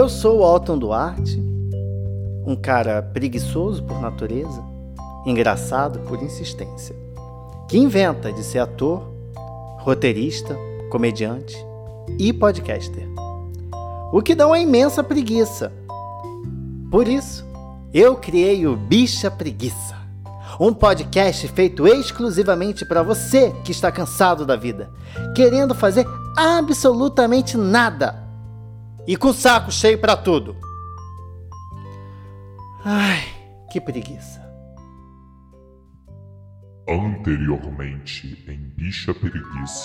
Eu sou o Alton Duarte, um cara preguiçoso por natureza, engraçado por insistência, que inventa de ser ator, roteirista, comediante e podcaster, o que dá uma imensa preguiça. Por isso, eu criei o Bicha Preguiça, um podcast feito exclusivamente para você que está cansado da vida, querendo fazer absolutamente nada e com o saco cheio para tudo. Ai, que preguiça. Anteriormente em Bicha Preguiça.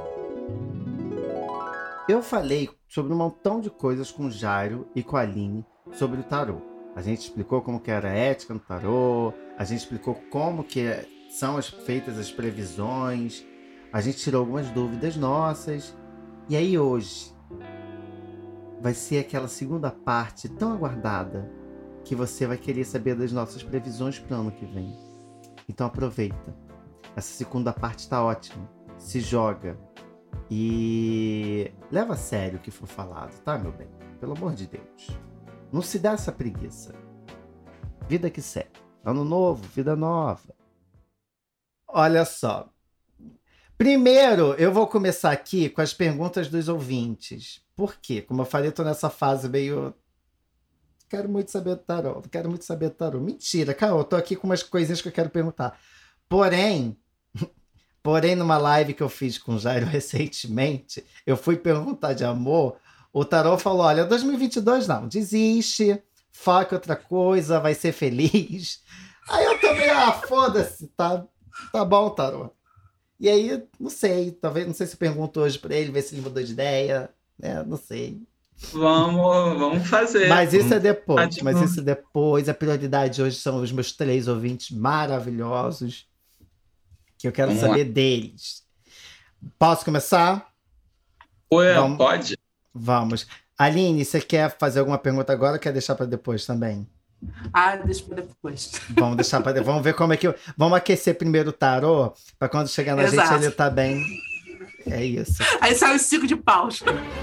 Eu falei sobre um montão de coisas com o Jairo e com a Aline sobre o tarô. A gente explicou como que era a ética no tarô, a gente explicou como que são feitas as previsões, a gente tirou algumas dúvidas nossas. E aí hoje vai ser aquela segunda parte tão aguardada que você vai querer saber das nossas previsões para o ano que vem. Então aproveita. Essa segunda parte está ótima. Se joga e leva a sério o que for falado, tá, meu bem? Pelo amor de Deus. Não se dá essa preguiça. Vida que segue. Ano novo, vida nova. Olha só. Primeiro, eu vou começar aqui com as perguntas dos ouvintes. Por quê? Como eu falei, eu tô nessa fase meio... Quero muito saber do tarô. Mentira, cara, eu tô aqui com umas coisinhas que eu quero perguntar. Porém, numa live que eu fiz com o Jairo recentemente, eu fui perguntar de amor, o tarô falou, olha, 2022 não, desiste, foca em outra coisa, vai ser feliz. Aí eu também, foda-se, tá bom, tarô. E aí, não sei se pergunto hoje pra ele, ver se ele mudou de ideia, né, não sei. Vamos fazer. Mas isso é depois. A prioridade hoje são os meus 3 ouvintes maravilhosos, que eu quero saber deles. Posso começar? Pode. Vamos. Aline, você quer fazer alguma pergunta agora ou quer deixar para depois também? Deixa para depois. Vamos deixar para depois. Vamos ver como é que... Vamos aquecer primeiro o tarô, para quando chegar na gente ele tá bem. É isso. Aí sai os 5 de paus.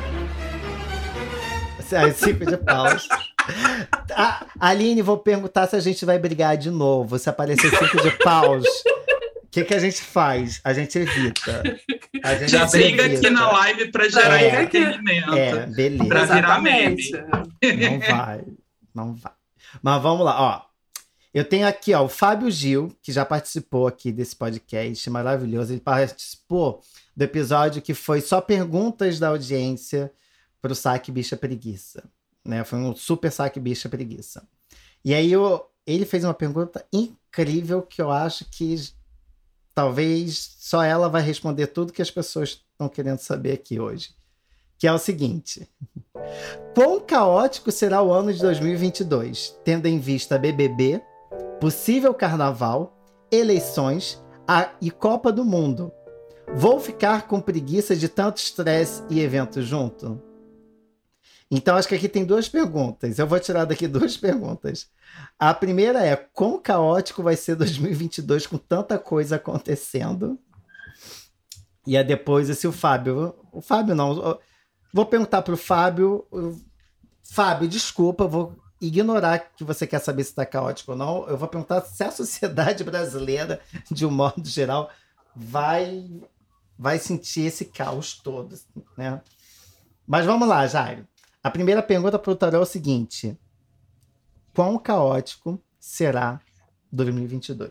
Sai 5 de paus. Aline, vou perguntar se a gente vai brigar de novo. Se aparecer 5 de paus, o que a gente faz? A gente evita. Já briga aqui na live para gerar entretenimento. Beleza. Para virar meme. Não vai. Mas vamos lá, ó. Eu tenho aqui, ó, o Fábio Gil, que já participou aqui desse podcast maravilhoso. Ele participou do episódio que foi só perguntas da audiência pro Saque Bicha Preguiça, né? Foi um super Saque Bicha Preguiça. E aí ele fez uma pergunta incrível que eu acho que talvez só ela vai responder tudo que as pessoas estão querendo saber aqui hoje. Que é o seguinte: quão caótico será o ano de 2022, tendo em vista BBB, possível carnaval, eleições e Copa do Mundo? Vou ficar com preguiça de tanto estresse e evento junto? Então, acho que aqui tem 2 perguntas. Eu vou tirar daqui 2 perguntas. A primeira é, quão caótico vai ser 2022 com tanta coisa acontecendo? E aí depois, o Fábio não. Vou perguntar para o Fábio. Fábio, desculpa, vou ignorar que você quer saber se está caótico ou não. Eu vou perguntar se a sociedade brasileira, de um modo geral, vai sentir esse caos todo, né? Mas vamos lá, Jairo. A primeira pergunta para o tarô é o seguinte: quão caótico será 2022?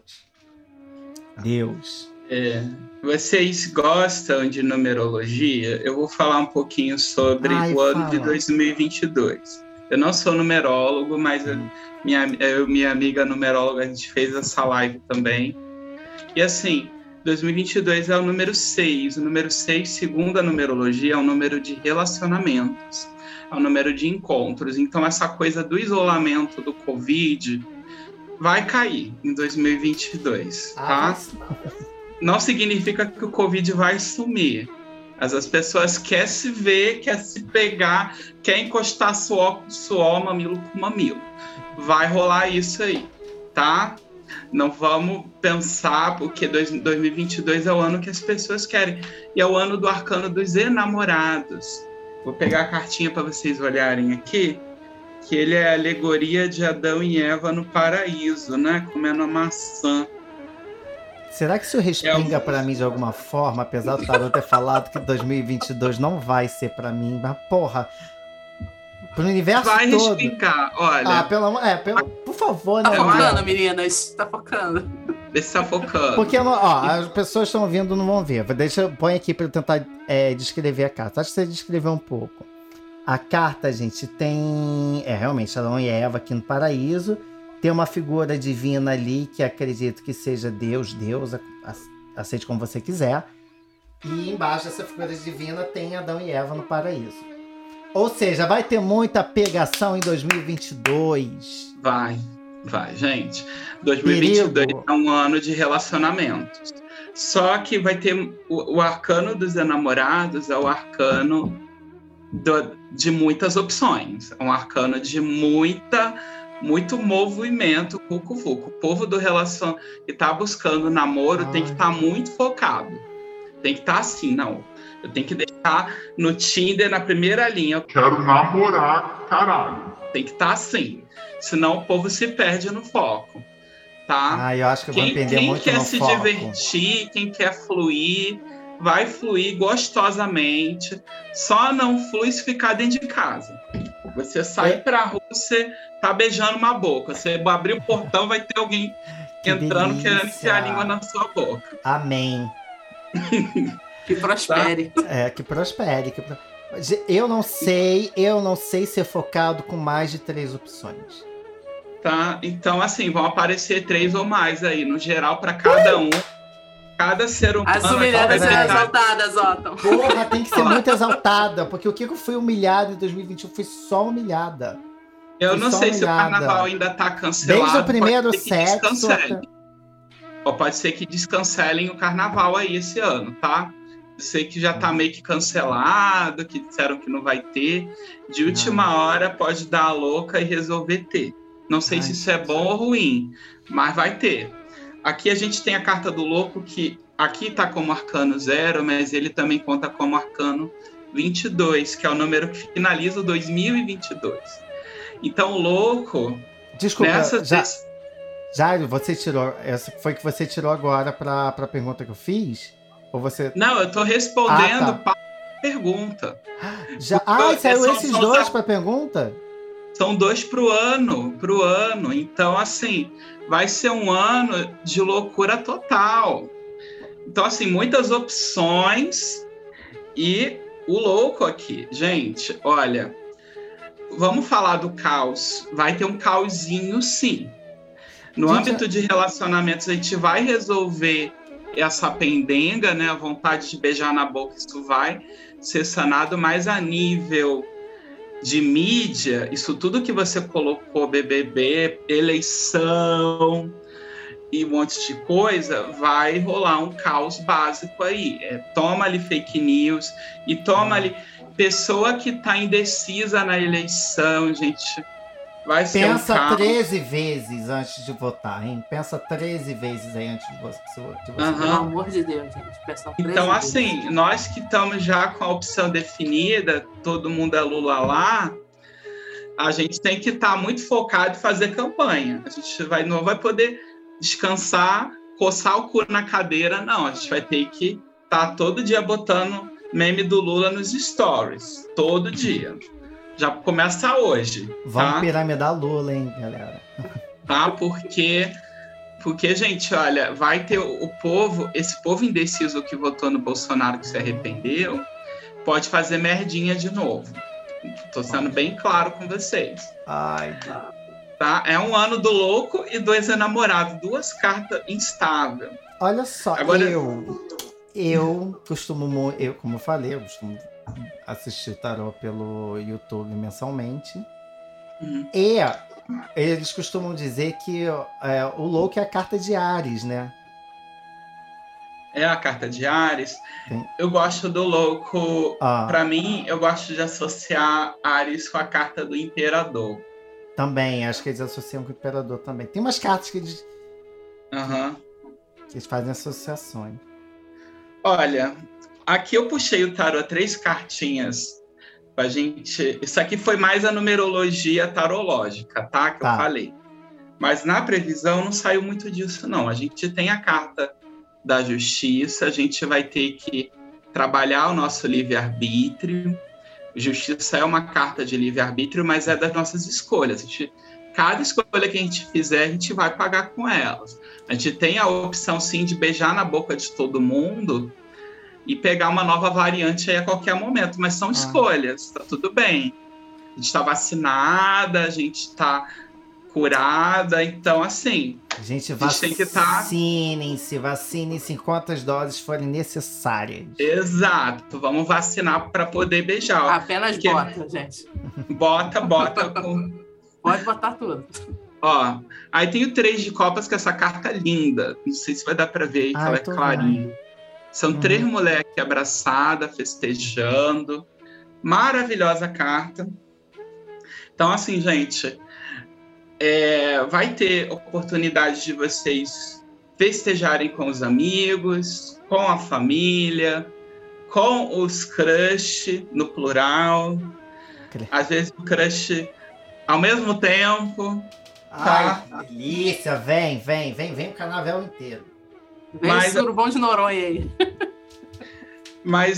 Deus. Vocês gostam de numerologia? Eu vou falar um pouquinho sobre o ano de 2022. Eu não sou numerólogo, mas minha amiga numeróloga, a gente fez essa live também. E assim, 2022 é o número 6. O número 6, segundo a numerologia, é um número de relacionamentos. É um número de encontros. Então, essa coisa do isolamento do Covid vai cair em 2022, tá? Não significa que o Covid vai sumir. Mas as pessoas querem se ver, querem se pegar, querem encostar suor com suor, mamilo com mamilo. Vai rolar isso aí, tá? Não vamos pensar, porque 2022 é o ano que as pessoas querem. E é o ano do arcano dos enamorados. Vou pegar a cartinha para vocês olharem aqui. que ele é a alegoria de Adão e Eva no paraíso, né? Comendo a maçã. Será que isso respinga pra mim de alguma forma? Apesar do Tarô ter falado que 2022 não vai ser pra mim. Mas, porra, pro universo vai todo... respingar, olha. Ah, por favor, Tá né? focando, meninas? Tá focando. Deixa tá focando. Porque, as pessoas estão ouvindo, não vão ver. Põe aqui pra eu tentar descrever a carta. Acho que você descreveu um pouco. A carta, gente, tem... realmente, Adão e Eva aqui no paraíso. Tem uma figura divina ali que acredito que seja Deus, aceite como você quiser. E embaixo dessa figura divina tem Adão e Eva no paraíso. Ou seja, vai ter muita pegação em 2022. Vai, gente. 2022 é um ano de relacionamentos. Só que vai ter o arcano dos enamorados, é o arcano de muitas opções. É um arcano de muito movimento, vucu-vucu. O povo do relação que tá buscando namoro tem que estar muito focado. Tem que estar assim, não. Eu tenho que deixar no Tinder na primeira linha. Quero namorar, caralho. Tem que estar assim. Senão o povo se perde no foco. Tá? Eu acho que eu vou entender muito no foco. Quem quer se divertir, quem quer fluir, vai fluir gostosamente. Só não flui se ficar dentro de casa. Você sai pra rua, você tá beijando uma boca. Você abrir o portão, vai ter alguém entrando querendo enfiar a língua na sua boca. Amém. Que prospere. Tá? Que prospere. Eu não sei ser focado com mais de 3 opções. Tá? Então, assim, vão aparecer 3 ou mais aí, no geral, para cada um. Cada ser humano... As humilhadas são exaltadas, Otton. Porra, tem que ser muito exaltada, porque o que eu fui humilhada em 2021 foi só humilhada. Eu não sei se o carnaval ainda tá cancelado. Desde o primeiro set. Ou pode ser que descancelem o carnaval aí esse ano, tá? Eu sei que já tá meio que cancelado, que disseram que não vai ter. De última hora pode dar a louca e resolver ter. Não sei se isso é bom ou ruim, mas vai ter. Aqui a gente tem a carta do louco, que aqui tá como arcano 0, mas ele também conta como arcano 22, que é o número que finaliza o 2022. Então o louco... Desculpa, Jairo, você tirou... Essa foi que você tirou agora pra pergunta que eu fiz? Ou você... Não, eu tô respondendo para a pergunta. Saiu esses 2 pra pergunta? São 2 pro ano. Então, assim, vai ser um ano de loucura total. Então, assim, muitas opções. E o louco aqui, gente, olha, vamos falar do caos. Vai ter um caosinho, sim. No âmbito de relacionamentos, a gente vai resolver essa pendenga, né? A vontade de beijar na boca, isso vai ser sanado, mas a nível de mídia, isso tudo que você colocou, BBB, eleição e um monte de coisa, vai rolar um caos básico aí. Toma ali fake news e toma ali pessoa que tá indecisa na eleição, gente. Vai ser Pensa 13 vezes antes de votar, hein? Pensa 13 vezes aí antes de você. Pelo amor de Deus, gente. Pensa 13 então, vezes. assim, nós que estamos já com a opção definida, todo mundo é Lula lá, a gente tem que estar muito focado em fazer campanha. A gente não vai poder descansar, coçar o cu na cadeira, não. A gente vai ter que estar todo dia botando meme do Lula nos stories. Todo dia. Já começa hoje. Vamos piramidar Lula, hein, galera? Tá? Porque, gente, olha, vai ter o povo, esse povo indeciso que votou no Bolsonaro, que se arrependeu, pode fazer merdinha de novo. Tô sendo bem claro com vocês. Tá? É um ano do louco e 2 enamorados. 2 cartas instáveis. Olha só, agora, eu costumo, como eu falei, eu costumo assistir tarô pelo YouTube mensalmente. E eles costumam dizer que o louco é a carta de Áries, né? É a carta de Áries. Sim. Eu gosto do louco. Para mim, eu gosto de associar Áries com a carta do Imperador. Também, acho que eles associam com o Imperador também. Tem umas cartas que eles fazem associações. Olha, aqui eu puxei o tarô 3 cartinhas A gente, isso aqui foi mais a numerologia tarológica, tá? Que eu falei. Mas na previsão não saiu muito disso, não. A gente tem a carta da justiça, a gente vai ter que trabalhar o nosso livre-arbítrio. Justiça é uma carta de livre-arbítrio, mas é das nossas escolhas. Cada escolha que a gente fizer, a gente vai pagar com elas. A gente tem a opção, sim, de beijar na boca de todo mundo e pegar uma nova variante aí a qualquer momento, mas são escolhas, tá tudo bem. A gente está vacinada, a gente está curada, então assim... Gente, vacinem-se quantas doses forem necessárias. Exato, vamos vacinar para poder beijar. Apenas bota, gente. Bota. Pode botar tudo. Ó, aí tem o 3 de copas, que é essa carta linda. Não sei se vai dar para ver aí, que ela é clarinha. São 3 mulheres abraçadas, festejando. Maravilhosa carta. Então, assim, gente, vai ter oportunidade de vocês festejarem com os amigos, com a família, com os crush, no plural. Às vezes o crush ao mesmo tempo. Ai, que delícia! Vem o carnaval inteiro. Vem o surubom de Noronha aí. Mas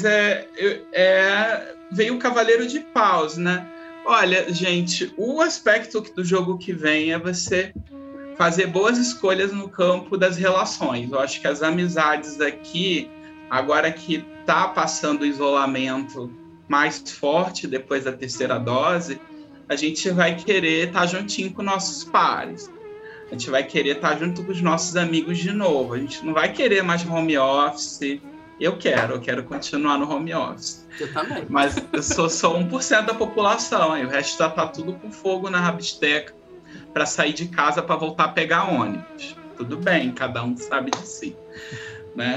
veio o Cavaleiro de Paus, né? Olha, gente, o aspecto do jogo que vem é você fazer boas escolhas no campo das relações. Eu acho que as amizades aqui, agora que tá passando o isolamento mais forte depois da 3ª dose, a gente vai querer estar juntinho com nossos pares. A gente vai querer estar junto com os nossos amigos de novo. A gente não vai querer mais home office. Eu quero continuar no home office. Eu também. Mas eu sou 1% da população, e o resto já tá tudo com fogo na rabisteca para sair de casa para voltar a pegar ônibus. Tudo bem, cada um sabe de si, né?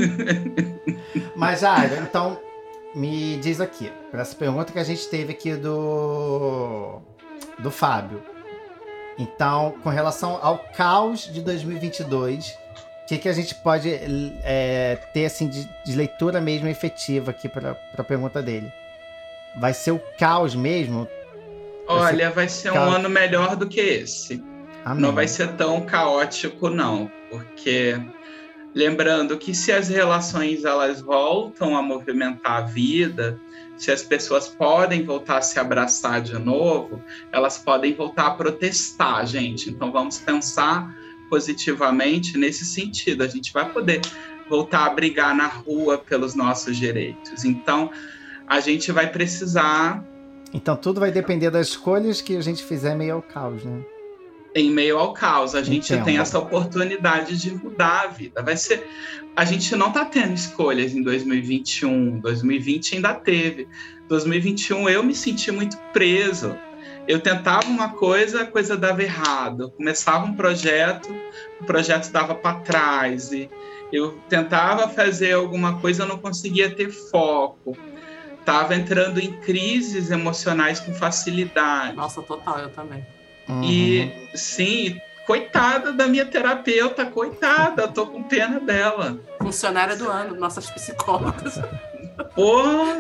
Mas, Jairo, então, me diz aqui, para essa pergunta que a gente teve aqui do Fábio. Então, com relação ao caos de 2022, o que a gente pode ter assim, de leitura mesmo efetiva aqui para a pergunta dele? Vai ser o caos mesmo? Olha, vai ser um ano melhor do que esse. Amém. Não vai ser tão caótico, não. Porque, lembrando que se as relações elas voltam a movimentar a vida, se as pessoas podem voltar a se abraçar de novo, elas podem voltar a protestar, gente. Então, vamos pensar positivamente nesse sentido. A gente vai poder voltar a brigar na rua pelos nossos direitos. Então, a gente vai precisar... Então, tudo vai depender das escolhas que a gente fizer em meio ao caos, né? Em meio ao caos. A gente tem essa oportunidade de mudar a vida. Vai ser... A gente não está tendo escolhas em 2021. 2020 ainda teve. 2021 eu me senti muito preso. Eu tentava uma coisa, a coisa dava errado. Eu começava um projeto, o projeto dava para trás. E eu tentava fazer alguma coisa, eu não conseguia ter foco. Estava entrando em crises emocionais com facilidade. Nossa, total, eu também. E, sim, coitada da minha terapeuta, coitada, tô com pena dela. Funcionária do ano, nossas psicólogas. Porra!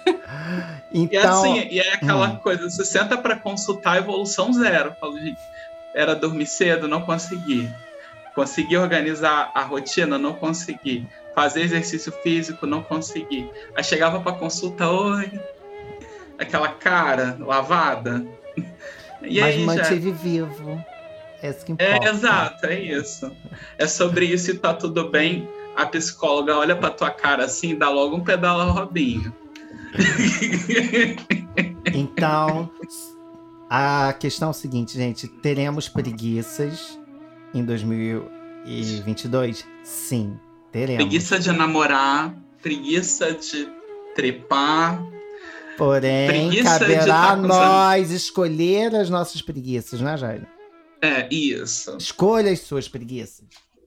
Então, e é aquela coisa, você senta para consultar, evolução zero. Eu falo, gente, era dormir cedo? Não consegui. Consegui organizar a rotina? Não consegui. Fazer exercício físico? Não consegui. Aí chegava para consulta, oi, aquela cara lavada. E mas aí, mantive vivo. É isso que importa. Exato, é isso. É sobre isso e tá tudo bem. A psicóloga olha pra tua cara assim e dá logo um pedala ao Robinho. Então, a questão é o seguinte, gente. Teremos preguiças em 2022? Sim, teremos. Preguiça de namorar, preguiça de trepar. Porém, caberá a nós escolher as nossas preguiças, né, Jairo? É, isso. Escolha as suas preguiças.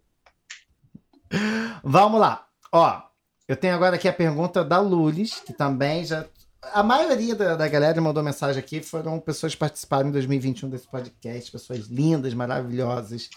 Vamos lá. Ó, eu tenho agora aqui a pergunta da Lulis, que também já... A maioria da galera mandou mensagem aqui, foram pessoas que participaram em 2021 desse podcast, pessoas lindas, maravilhosas,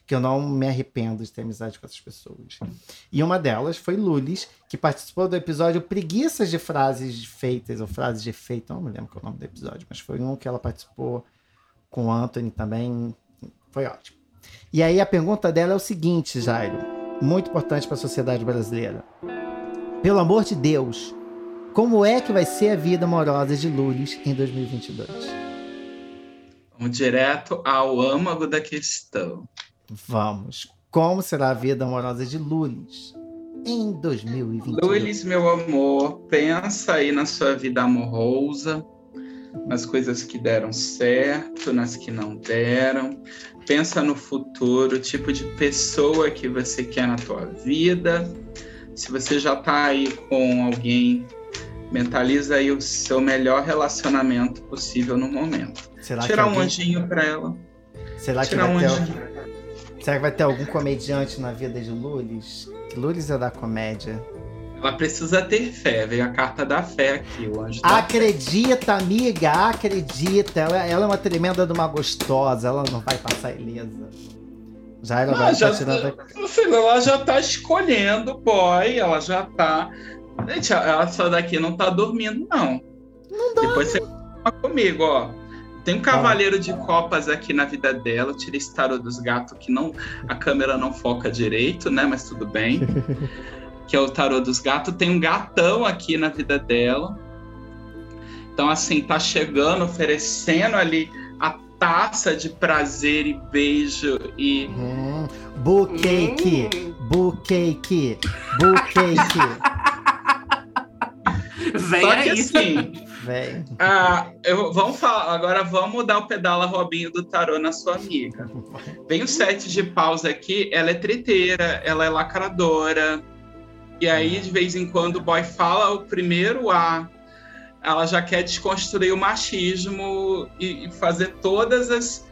que eu não me arrependo de ter amizade com essas pessoas. E uma delas foi Lulis, que participou do episódio Preguiças de Frases Feitas, ou Frases de Efeito, não me lembro qual é o nome do episódio, mas foi um que ela participou com o Anthony também, foi ótimo. E aí a pergunta dela é o seguinte, Jairo, muito importante para a sociedade brasileira. Pelo amor de Deus, como é que vai ser a vida amorosa de Lulis em 2022? Vamos direto ao âmago da questão. Vamos. Como será a vida amorosa de Lulis em 2022? Lulis, meu amor, pensa aí na sua vida amorosa, nas coisas que deram certo, nas que não deram. Pensa no futuro, o tipo de pessoa que você quer na tua vida. Se você já está aí com alguém, mentaliza aí o seu melhor relacionamento possível no momento. Tirar um anjinho para ela. Será que vai ter algum comediante na vida de Lulis? Que Lulis é da comédia. Ela precisa ter fé. Veio a carta da fé aqui, o anjo da Acredita, amiga, acredita. Ela é uma tremenda de uma gostosa. Ela não vai passar ilesa. Ela já tá escolhendo o boy. Ela já tá... Gente, essa daqui não tá dormindo, não. Não dá. Depois você fala comigo, ó. Tem um cavaleiro de copas aqui na vida dela. Eu tirei esse tarô dos gatos que a câmera não foca direito, né? Mas tudo bem. Que é o tarô dos gatos. Tem um gatão aqui na vida dela. Então, assim, tá chegando, oferecendo ali a taça de prazer e beijo e... Bucake. Vem Só aí. que assim... Agora vamos dar o pedala Robinho do tarô na sua amiga. Vem o 7 de paus aqui, ela é treteira, ela é lacradora. E aí, de vez em quando, o boy fala o primeiro A, ela já quer desconstruir o machismo e fazer todas as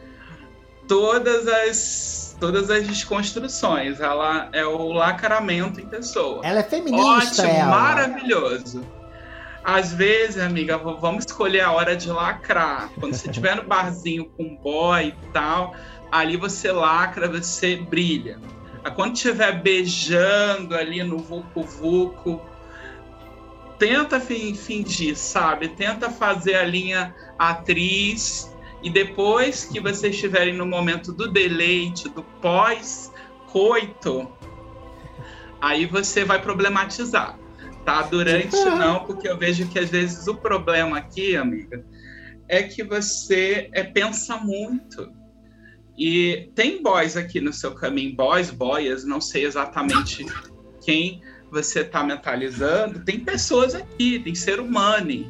desconstruções. Ela é o lacramento em pessoa. Ela é feminista, ótimo, maravilhoso. Às vezes, amiga, vamos escolher a hora de lacrar. Quando você estiver no barzinho com um boy e tal, ali você lacra, você brilha. Quando estiver beijando ali no vucu-vucu, tenta fingir, sabe? Tenta fazer a linha atriz. E depois que vocês estiverem no momento do deleite, do pós-coito, aí você vai problematizar. Tá? Durante não, porque eu vejo que às vezes o problema aqui, amiga, é que você pensa muito. E tem boys aqui no seu caminho, boyas, não sei exatamente quem você tá mentalizando. Tem pessoas aqui, tem ser humano.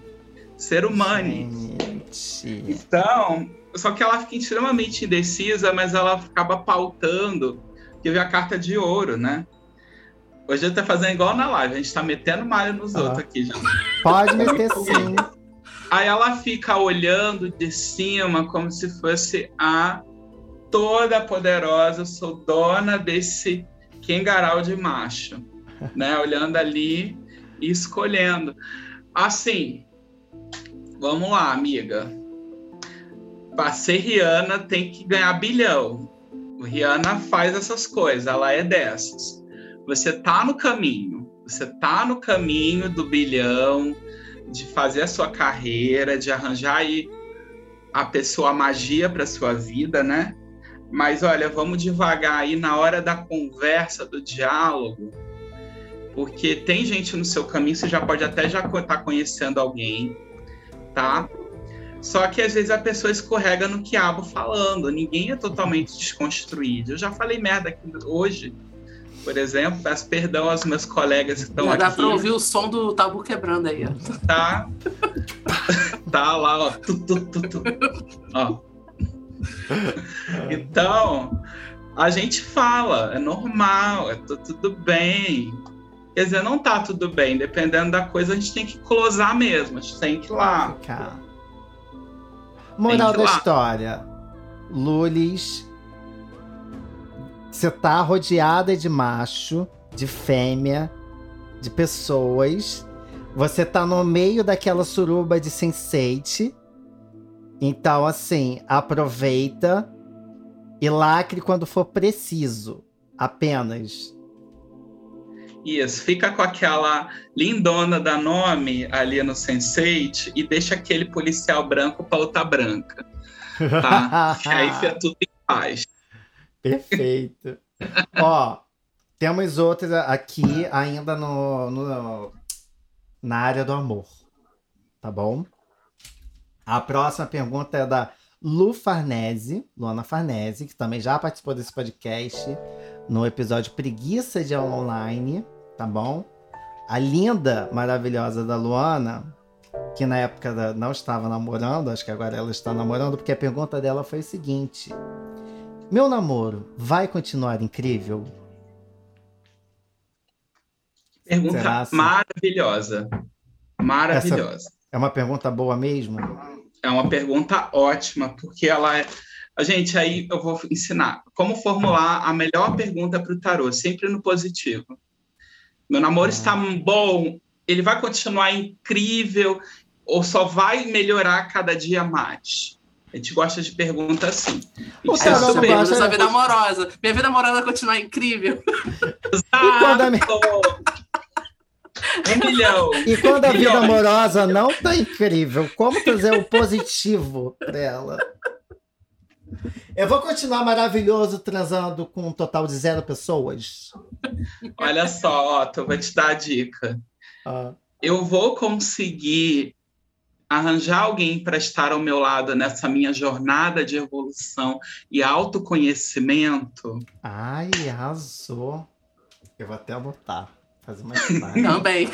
Então, só que ela fica extremamente indecisa, mas ela acaba pautando, que veio a carta de ouro, né? Hoje eu tô fazendo igual na live, a gente tá metendo malho nos outros aqui já. Pode meter sim. Aí ela fica olhando de cima como se fosse a toda poderosa, sou dona desse quengarau de macho, né? Olhando ali e escolhendo. Assim, vamos lá, amiga. Pra ser Rihanna tem que ganhar bilhão. O Rihanna faz essas coisas, ela é dessas. Você tá no caminho do bilhão, de fazer a sua carreira, de arranjar aí a pessoa, a magia para sua vida, né? Mas olha, vamos devagar aí na hora da conversa, do diálogo, porque tem gente no seu caminho, você já pode até já estar conhecendo alguém, tá? Só que às vezes a pessoa escorrega no quiabo falando, ninguém é totalmente desconstruído. Eu já falei merda aqui hoje, por exemplo, peço perdão aos meus colegas que estão aqui. Dá pra ouvir o som do tabu quebrando aí, ó. Tá lá, ó. Ó. Então, a gente fala, é normal, tudo bem. Quer dizer, não tá tudo bem. Dependendo da coisa, a gente tem que closar mesmo. A gente tem que ir lá. Moral da história. Lulis, você tá rodeada de macho, de fêmea, de pessoas. Você tá no meio daquela suruba de Sense8. Então, assim, aproveita E lacre quando for preciso. Apenas. Isso, fica com aquela lindona da nome ali no Sense8 e deixa aquele policial branco pauta branca, tá? E aí fica tudo em paz. Perfeito. Ó, temos outra aqui ainda na área do amor, tá bom? A próxima pergunta é da Luana Farnese, que também já participou desse podcast no episódio Preguiça de Aula Online, tá bom? A linda, maravilhosa da Luana, que na época não estava namorando, acho que agora ela está namorando, porque a pergunta dela foi o seguinte: meu namoro vai continuar incrível? Pergunta maravilhosa. Maravilhosa. Essa é uma pergunta boa mesmo? É uma pergunta ótima, porque ela é... Gente, aí eu vou ensinar como formular a melhor pergunta para o tarô, sempre no positivo. Meu namoro está bom? Ele vai continuar incrível? Ou só vai melhorar cada dia mais? A gente gosta de pergunta assim. Sua vida amorosa. Minha vida amorosa vai continuar incrível. Exato! 1 milhão. E quando a vida amorosa não tá incrível, como trazer o positivo dela? Eu vou continuar maravilhoso transando com um total de 0 pessoas? Olha só, Otto, eu vou te dar a dica. Eu vou conseguir arranjar alguém para estar ao meu lado nessa minha jornada de evolução e autoconhecimento. Ai, arrasou. Eu vou até anotar. Fazer uma slide. Também.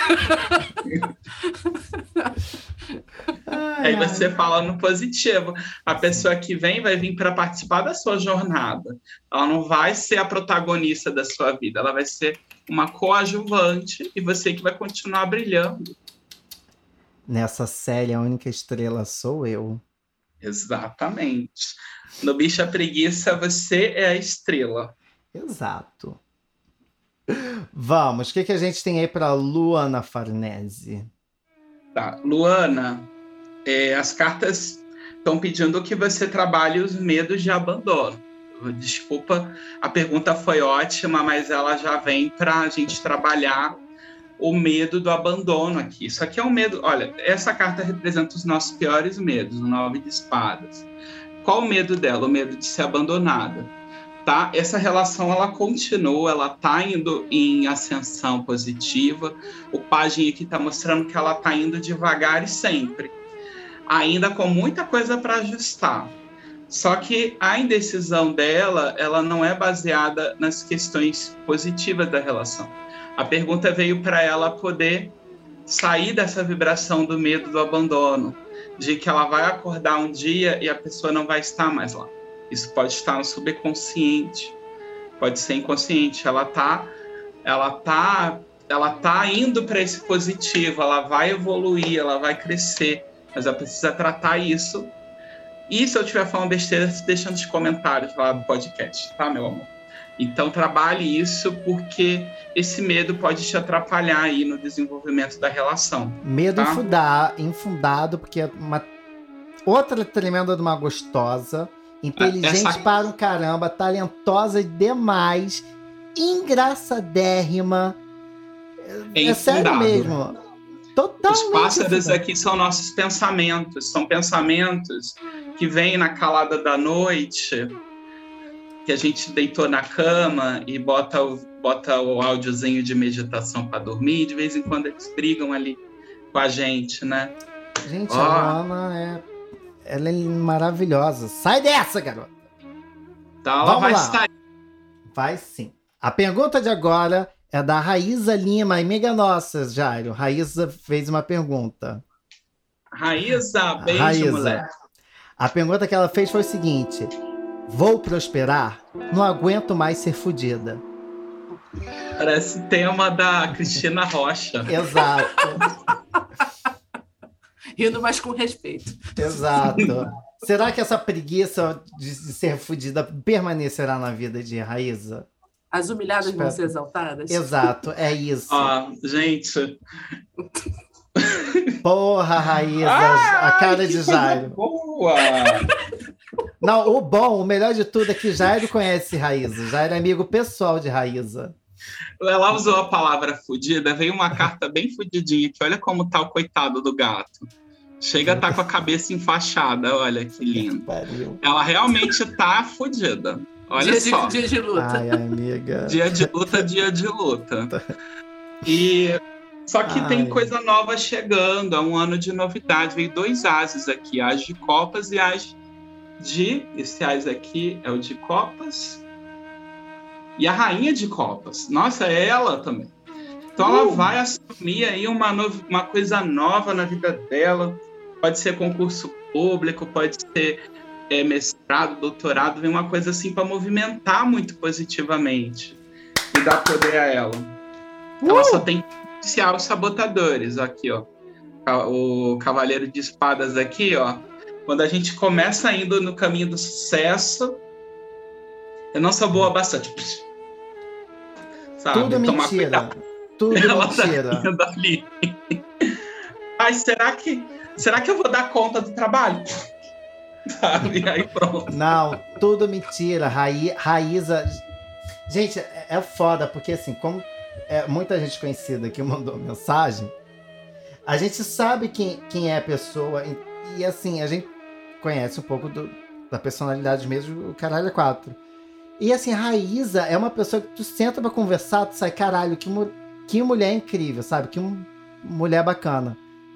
Aí você fala no positivo. A pessoa que vem vai vir para participar da sua jornada. Ela não vai ser a protagonista da sua vida. Ela vai ser uma coadjuvante e você que vai continuar brilhando. Nessa série, a única estrela sou eu. Exatamente. No Bicha Preguiça, você é a estrela. Exato. Vamos, o que a gente tem aí para Luana Farnese? Tá, Luana, as cartas estão pedindo que você trabalhe os medos de abandono. Desculpa, a pergunta foi ótima, mas ela já vem para a gente trabalhar o medo do abandono aqui. Isso aqui é um medo... Olha, essa carta representa os nossos piores medos, o 9 de espadas. Qual o medo dela? O medo de ser abandonada. Tá? Essa relação, ela continua, ela está indo em ascensão positiva. O pajem aqui está mostrando que ela está indo devagar e sempre. Ainda com muita coisa para ajustar. Só que a indecisão dela, ela não é baseada nas questões positivas da relação. A pergunta veio para ela poder sair dessa vibração do medo do abandono, de que ela vai acordar um dia e a pessoa não vai estar mais lá. Isso pode estar no subconsciente, pode ser inconsciente. Ela tá indo para esse positivo, ela vai evoluir, ela vai crescer, mas ela precisa tratar isso. E se eu estiver falando besteira, deixa nos comentários lá do podcast, tá, meu amor? Então, trabalhe isso, porque esse medo pode te atrapalhar aí no desenvolvimento da relação. Medo infundado, porque é outra tremenda de uma gostosa, inteligente para um caramba, talentosa demais, engraçadérrima. É sério mesmo. Totalmente. Os pássaros aqui são nossos pensamentos. São pensamentos que vêm na calada da noite, que a gente deitou na cama e bota o áudiozinho de meditação para dormir. De vez em quando eles brigam ali com a gente, né? Gente, a Luana ela é maravilhosa. Sai dessa, garota! Então ela vai sair. Vai sim. A pergunta de agora é da Raíza Lima, amiga nossa, Jairo. Raíza fez uma pergunta. Raíza, beijo, mulher. A pergunta que ela fez foi o seguinte: vou prosperar? Não aguento mais ser fodida. Parece tema da Cristina Rocha. Exato. Rindo, mas com respeito. Exato. Será que essa preguiça de ser fodida permanecerá na vida de Raíza? As humilhadas vão ser exaltadas? Exato, é isso. Gente. Porra, Raíza, a cara de Jairo. Boa! Não, o melhor de tudo é que Jairo conhece Raíza. Jairo é amigo pessoal de Raíza. Ela usou a palavra fudida, veio uma carta bem fudidinha aqui. Olha como tá o coitado do gato. Chega a estar com a cabeça enfaixada, olha que lindo. Ela realmente tá fudida. Olha só. Dia de luta. Ai, amiga. Dia de luta. Só que tem coisa nova chegando, é um ano de novidade. Veio 2 ases aqui, as de copas e as de... Esse as aqui é o de copas. E a rainha de copas. Nossa, é ela também. Então ela vai assumir aí uma coisa nova na vida dela. Pode ser concurso público, pode ser mestrado, doutorado. Vem uma coisa assim para movimentar muito positivamente e dar poder a ela. Ela só tem que iniciar os sabotadores. Aqui, ó. O cavaleiro de espadas aqui, ó. Quando a gente começa indo no caminho do sucesso, eu não sou boa bastante. Sabe? Tudo Tomar mentira. cuidado. Tudo ela mentira. Tá ali. Ai, será que eu vou dar conta do trabalho? Sabe? Aí pronto. Não, tudo mentira. Raíza... Gente, é foda, porque assim, como muita gente conhecida que mandou mensagem, a gente sabe quem é a pessoa e assim, a gente conhece um pouco da personalidade mesmo, o caralho é 4. E assim, a Raíza é uma pessoa que tu senta pra conversar, tu sai, caralho, que mulher incrível, sabe? Que mulher bacana.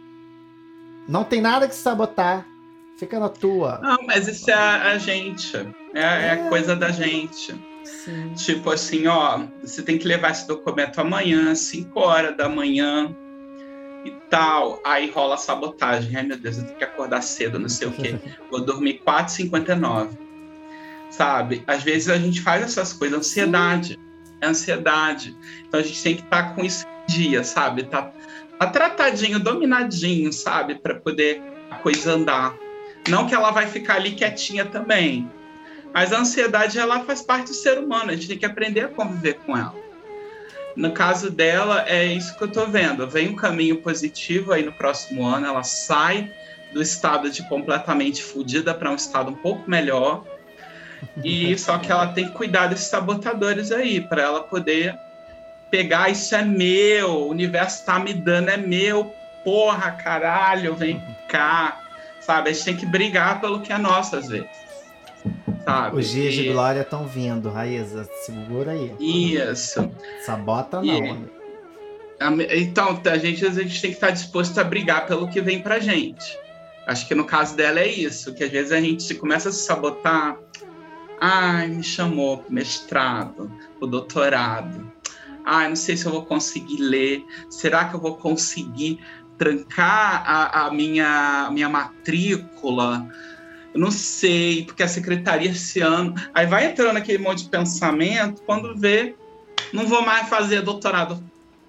Não tem nada que sabotar. Fica na tua. Não, mas isso é a gente. É a coisa da gente. Sim. Tipo assim, ó, você tem que levar esse documento amanhã, 5 horas da manhã e tal. Aí rola a sabotagem. Ai, meu Deus, eu tenho que acordar cedo, não sei o quê. Vou dormir 4h59. Sabe? Às vezes a gente faz essas coisas. Ansiedade. É ansiedade. Então a gente tem que estar com isso em dia, sabe? Tá tratadinho, dominadinho, sabe? Para poder a coisa andar. Não que ela vai ficar ali quietinha também. Mas a ansiedade, ela faz parte do ser humano. A gente tem que aprender a conviver com ela. No caso dela, é isso que eu tô vendo. Vem um caminho positivo aí no próximo ano. Ela sai do estado de completamente fodida para um estado um pouco melhor. E só que ela tem que cuidar desses sabotadores aí, para ela poder pegar, isso é meu, o universo tá me dando, é meu, porra, caralho, vem cá. Sabe, a gente tem que brigar pelo que é nosso, às vezes. Sabe? Os dias de glória estão vindo, Raíza. Segura aí. Isso. Sabota não, amigo. Então, a gente tem que estar disposto a brigar pelo que vem pra gente. Acho que no caso dela é isso, que às vezes a gente começa a se sabotar. Ai, me chamou pro mestrado, pro doutorado. Ai, não sei se eu vou conseguir ler. Será que eu vou conseguir trancar a minha matrícula? Eu não sei, porque a secretaria esse ano... Aí vai entrando aquele monte de pensamento, quando vê, não vou mais fazer doutorado.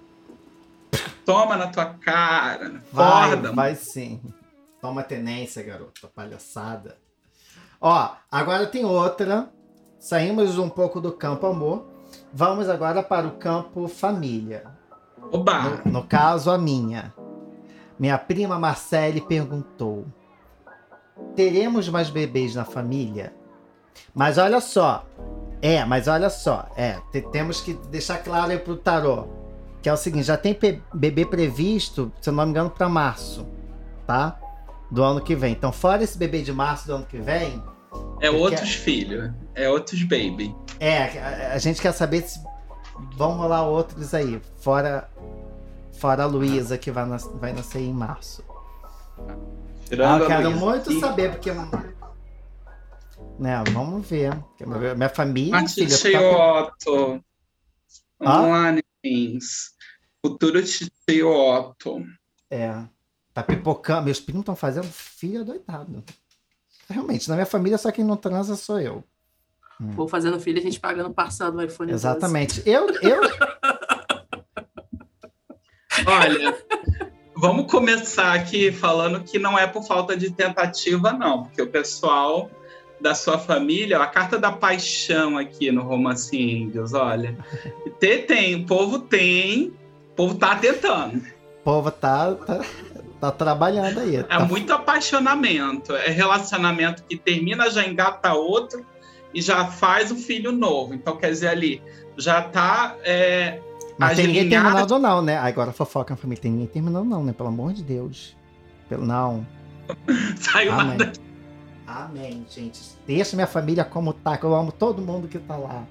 Toma na tua cara. Vai sim. Toma tenência, garota, palhaçada. Ó, agora tem outra. Saímos um pouco do campo amor. Vamos agora para o campo família. Oba! No caso, a minha. Minha prima Marcele perguntou: teremos mais bebês na família? Mas olha só. Temos que deixar claro aí pro tarô. Que é o seguinte, já tem bebê previsto, se eu não me engano, para março, tá? Do ano que vem. Então, fora esse bebê de março do ano que vem... É outros filhos, é outros baby. A gente quer saber se vão rolar outros aí, fora a Luísa, que vai nascer em março. Eu quero muito saber, porque... Né, vamos ver. Minha família... Otto. Futuro tio Otto. Tá pipocando. Meus primos estão fazendo filho adoitado. Realmente, na minha família só quem não transa sou eu. Vou fazendo filho, a gente pagando parcela do iPhone. Exatamente. 12. Eu... Olha, vamos começar aqui falando que não é por falta de tentativa, não. Porque o pessoal da sua família, a carta da paixão aqui no Romance Índios, olha. O povo tá tentando. O povo tá Tá trabalhando aí. É muito apaixonamento. É relacionamento que termina, já engata outro e já faz um filho novo. Então, quer dizer, ali já tá... Mas tem ninguém terminando não, né? Agora fofoca na família. Tem ninguém terminando não, né? Pelo amor de Deus. Não. Saiu Amém. nada. Amém, gente. Deixa minha família como tá, que eu amo todo mundo que tá lá.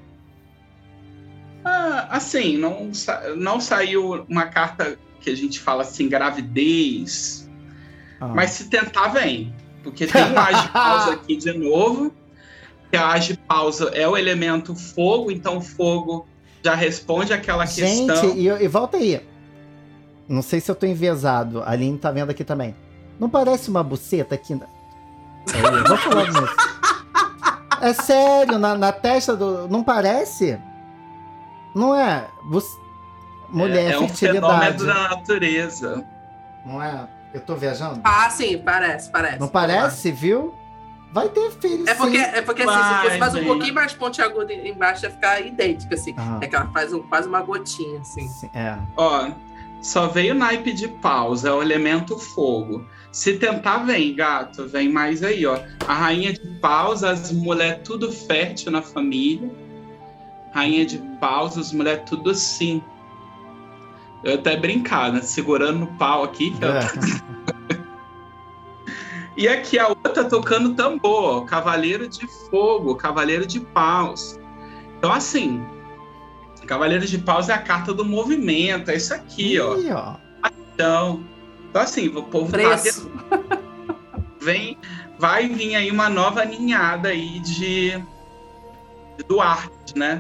Assim, não saiu uma carta que a gente fala assim, gravidez. Mas se tentar, vem. Porque tem um as de pausa aqui de novo. Que a as de pausa é o elemento fogo, então o fogo já responde aquela questão. Gente, e volta aí. Não sei se eu tô enviesado. A Aline tá vendo aqui também. Não parece uma buceta aqui? Eu vou falar disso. É sério, na testa do... Não parece? Não é? Mulher, é um fertilidade. fenômeno da natureza. Não é? Eu tô viajando? Sim, parece. Não parece, viu? Vai ter filho, é porque assim, se você faz um bem. pouquinho mais pontiagudo embaixo, vai ficar idêntico, assim. É que ela faz quase uma gotinha, assim. Sim, só veio naipe de paus, é o elemento fogo. Se tentar, vem, gato, vem mais aí, ó. A rainha de paus, as mulheres tudo fértil na família. Rainha de paus, as mulheres tudo assim. Eu até brincar, né? Segurando no pau aqui. E aqui a outra tocando tambor, ó, Cavaleiro de Fogo, Cavaleiro de Paus. Então, assim, Cavaleiro de Paus é a carta do movimento, é isso aqui, ó. Então, assim, o povo preço. Vai vir aí uma nova ninhada aí de Duarte, né?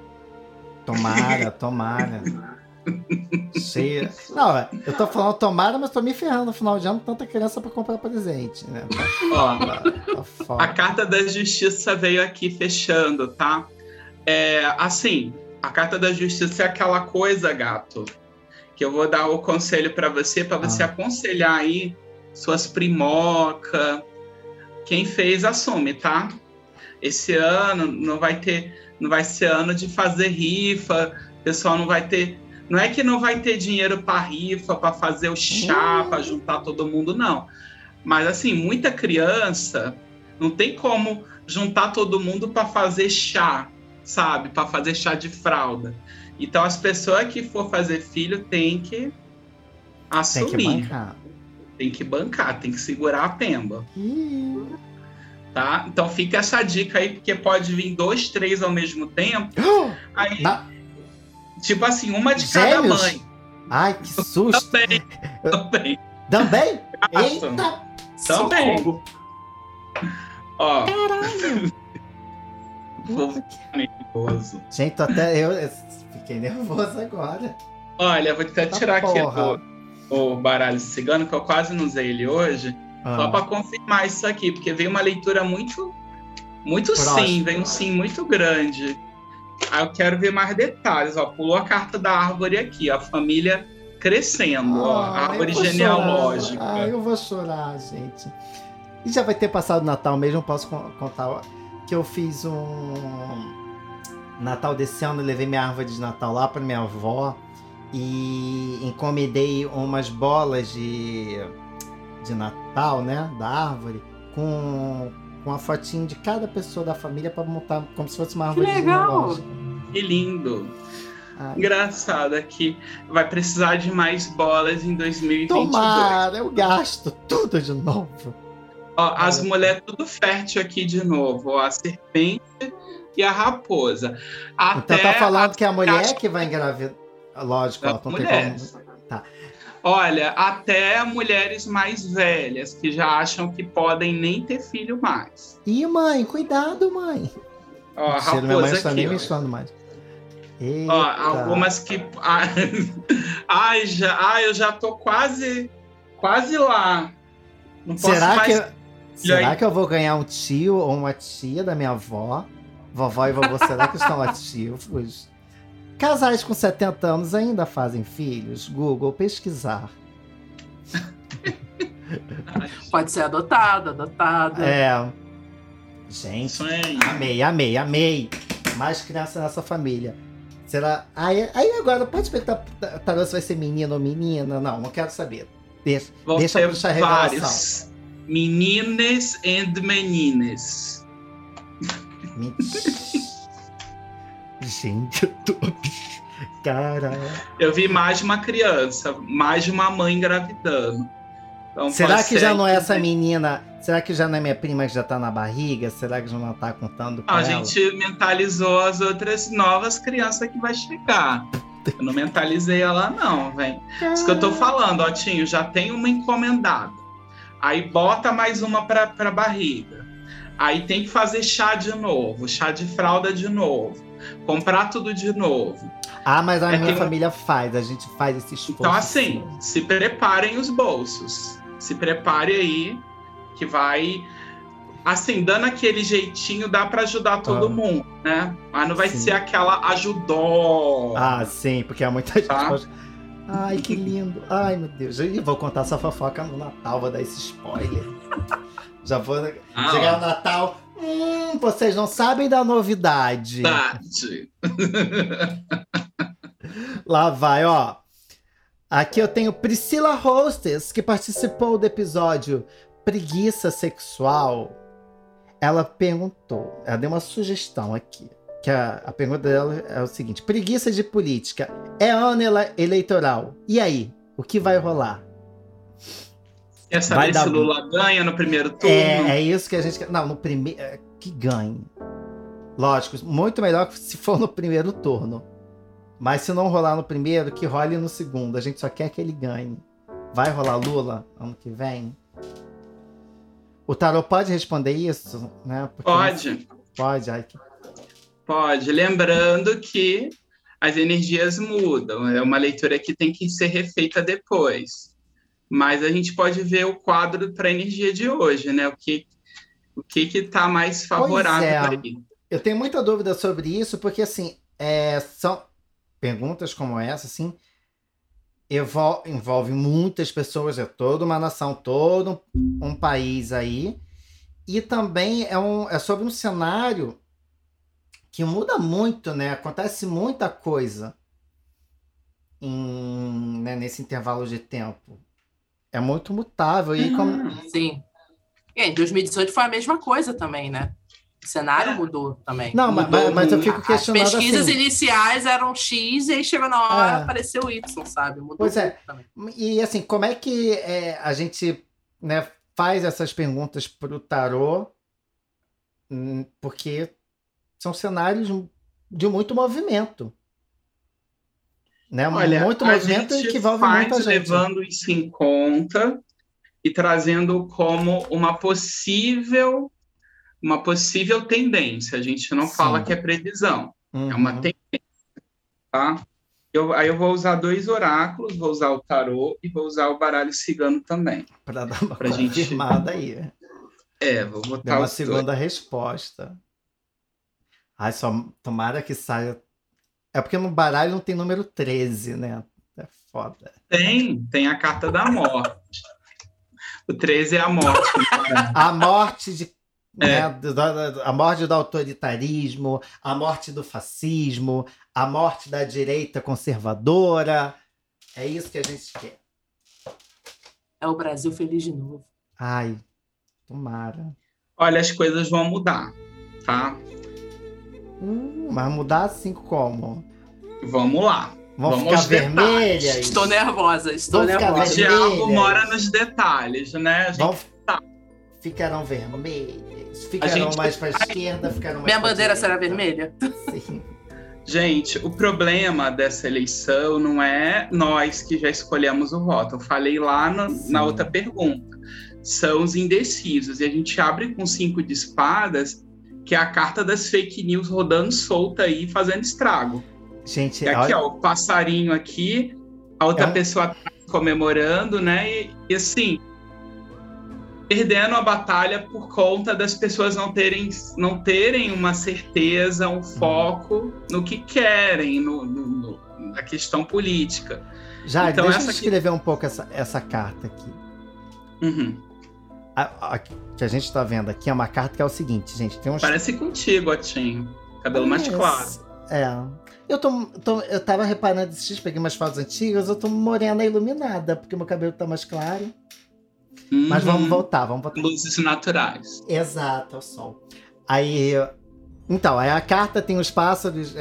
Tomara. Cheia. Não, eu tô falando tomara, mas tô me ferrando no final de ano, tanta criança pra comprar presente, né? Tá foda. A carta da justiça veio aqui fechando, tá? Assim, a carta da justiça é aquela coisa, gato, que eu vou dar o conselho pra você aconselhar aí suas primocas. Quem fez, assume, tá? Esse ano não vai ser ano de fazer rifa, o pessoal não vai ter... Não é que não vai ter dinheiro para rifa, para fazer o chá, para juntar todo mundo, não. Mas, assim, muita criança não tem como juntar todo mundo para fazer chá, sabe? Para fazer chá de fralda. Então, as pessoas que for fazer filho têm que assumir. Tem que bancar, tem que segurar a pemba. Tá? Então, fica essa dica aí, porque pode vir 2, 3 ao mesmo tempo. Aí... Tipo assim, uma de cada mãe. Ai, que susto. Também? Eita! Também. Ó. Caralho. Nervoso. Gente, eu fiquei nervoso agora. Olha, vou até tirar aqui o baralho cigano, que eu quase não usei ele hoje. Só para confirmar isso aqui, porque veio uma leitura muito sim, veio um sim muito grande. Aí eu quero ver mais detalhes, ó. Pulou a carta da árvore aqui, a família crescendo, ó. A árvore genealógica. Eu vou chorar, gente. E já vai ter passado o Natal mesmo, eu posso contar ó, que eu fiz um Natal desse ano, eu levei minha árvore de Natal lá para minha avó e encomendei umas bolas de Natal, né, da árvore, com a fotinho de cada pessoa da família para montar como se fosse uma árvore genealógica. Que lindo! Engraçado aqui. Vai precisar de mais bolas em 2022. Tomara, eu gasto tudo de novo. Ó, as mulheres tudo fértil aqui de novo. Ó, a serpente e a raposa. Então tá falando que é a mulher que vai engravidar. Lógico, ó, não tem como... Tá. Olha, até mulheres mais velhas que já acham que podem nem ter filho mais. Ih, mãe, cuidado, mãe. Ó, a raposa minha mãe aqui, está nem menstruando mais. Eita. Ó, algumas que... eu já tô quase lá. Não posso Será que eu vou ganhar um tio ou uma tia da minha avó? Vovó e vovô, será que estão ativos? Casais com 70 anos ainda fazem filhos? Google, pesquisar. Pode ser adotado. Gente, amei. Mais criança nessa família. Será? Aí agora, pode perguntar se vai ser menino ou menina? Não quero saber. Deixa ter puxar a revelação. vários. Menines and menines. Gente, eu tô... Caralho. Eu vi mais de uma criança, mais de uma mãe engravidando. Então, será que já não é essa menina? Será que já não é minha prima que já tá na barriga? Será que já não tá contando com ela? A gente mentalizou as outras novas crianças que vai chegar. Eu não mentalizei ela não, velho. Isso que eu tô falando, ó, Tinho, já tem uma encomendada. Aí bota mais uma pra barriga. Aí tem que fazer chá de novo, chá de fralda de novo. Comprar tudo de novo. Ah, mas a minha família faz, a gente faz esse esforço. Então assim, se preparem os bolsos. Se prepare aí, que vai... Assim, dando aquele jeitinho, dá pra ajudar todo mundo, né? Mas não vai ser aquela ajudou. Ah, sim, porque há muita gente... Ai, que lindo. Ai, meu Deus. Eu vou contar essa fofoca no Natal, vou dar esse spoiler. Já vou chegar no Natal... vocês não sabem da novidade. Lá vai, ó. Aqui eu tenho Priscila Hostess, que participou do episódio Preguiça Sexual. Ela perguntou, ela deu uma sugestão aqui. Que a pergunta dela é o seguinte: preguiça de política, é ano eleitoral. E aí, o que vai rolar? Quer saber se Lula ganha no primeiro turno? É isso que a gente quer. Não, no primeiro. Que ganhe. Lógico, muito melhor se for no primeiro turno. Mas se não rolar no primeiro, que role no segundo. A gente só quer que ele ganhe. Vai rolar Lula ano que vem? O tarô pode responder isso? Né? Porque pode. Pode. Pode. Lembrando que as energias mudam. É uma leitura que tem que ser refeita depois. Mas a gente pode ver o quadro para a energia de hoje, né? O que está mais favorável aí. Eu tenho muita dúvida sobre isso, porque assim, são perguntas como essa, assim, envolvem muitas pessoas, é toda uma nação, todo um país aí, e também é sobre um cenário que muda muito, né? Acontece muita coisa né, nesse intervalo de tempo. É muito mutável. E Sim. E em 2018 foi a mesma coisa também, né? O cenário mudou também. Não, mas eu fico questionando as pesquisas assim, iniciais eram X e aí chegou na hora apareceu Y, sabe? Mudou pois é. também. E assim, como é que a gente, né, faz essas perguntas para o tarô? Porque são cenários de muito movimento. Né? Olha, muito movimento que envolve muita gente. Levando isso em conta e trazendo como uma possível tendência. A gente não fala que é previsão, é uma tendência. Tá? Aí eu vou usar 2 oráculos, vou usar o tarô e vou usar o baralho cigano também. Para dar uma confirmada aí. Vou botar dar uma segunda resposta. Ai, só tomara que saia. É porque no baralho não tem número 13, né? É foda. Tem a carta da morte. O 13 é a morte. A morte né, a morte do autoritarismo, a morte do fascismo, a morte da direita conservadora. É isso que a gente quer. É o Brasil feliz de novo. Ai, tomara. Olha, as coisas vão mudar, tá? Mas mudar assim como? Vamos lá. Vamos ficar vermelhas? Estou nervosa. O diabo mora nos detalhes, né? Ficarão vermelhas? Ficarão mais para a esquerda? Ficarão mais Minha bandeira será vermelha? Sim. Gente, o problema dessa eleição não é nós que já escolhemos o voto. Eu falei lá na outra pergunta. São os indecisos. E a gente abre com 5 de espadas, que é a carta das fake news rodando solta aí, fazendo estrago. Gente, e aqui, ó, o passarinho aqui, a outra pessoa atrás comemorando, né? E assim, perdendo a batalha por conta das pessoas não terem uma certeza, um foco no que querem, na questão política. Já, então, deixa eu escrever um pouco essa carta aqui. A que a gente está vendo aqui é uma carta que é o seguinte, gente. Tem Parece contigo, Otinho. Cabelo mais claro. Eu tava reparando esses dias, peguei umas fotos antigas, eu tô morena iluminada, porque meu cabelo tá mais claro. Mas vamos voltar. Luzes naturais. Exato, ao sol. Aí a carta tem os pássaros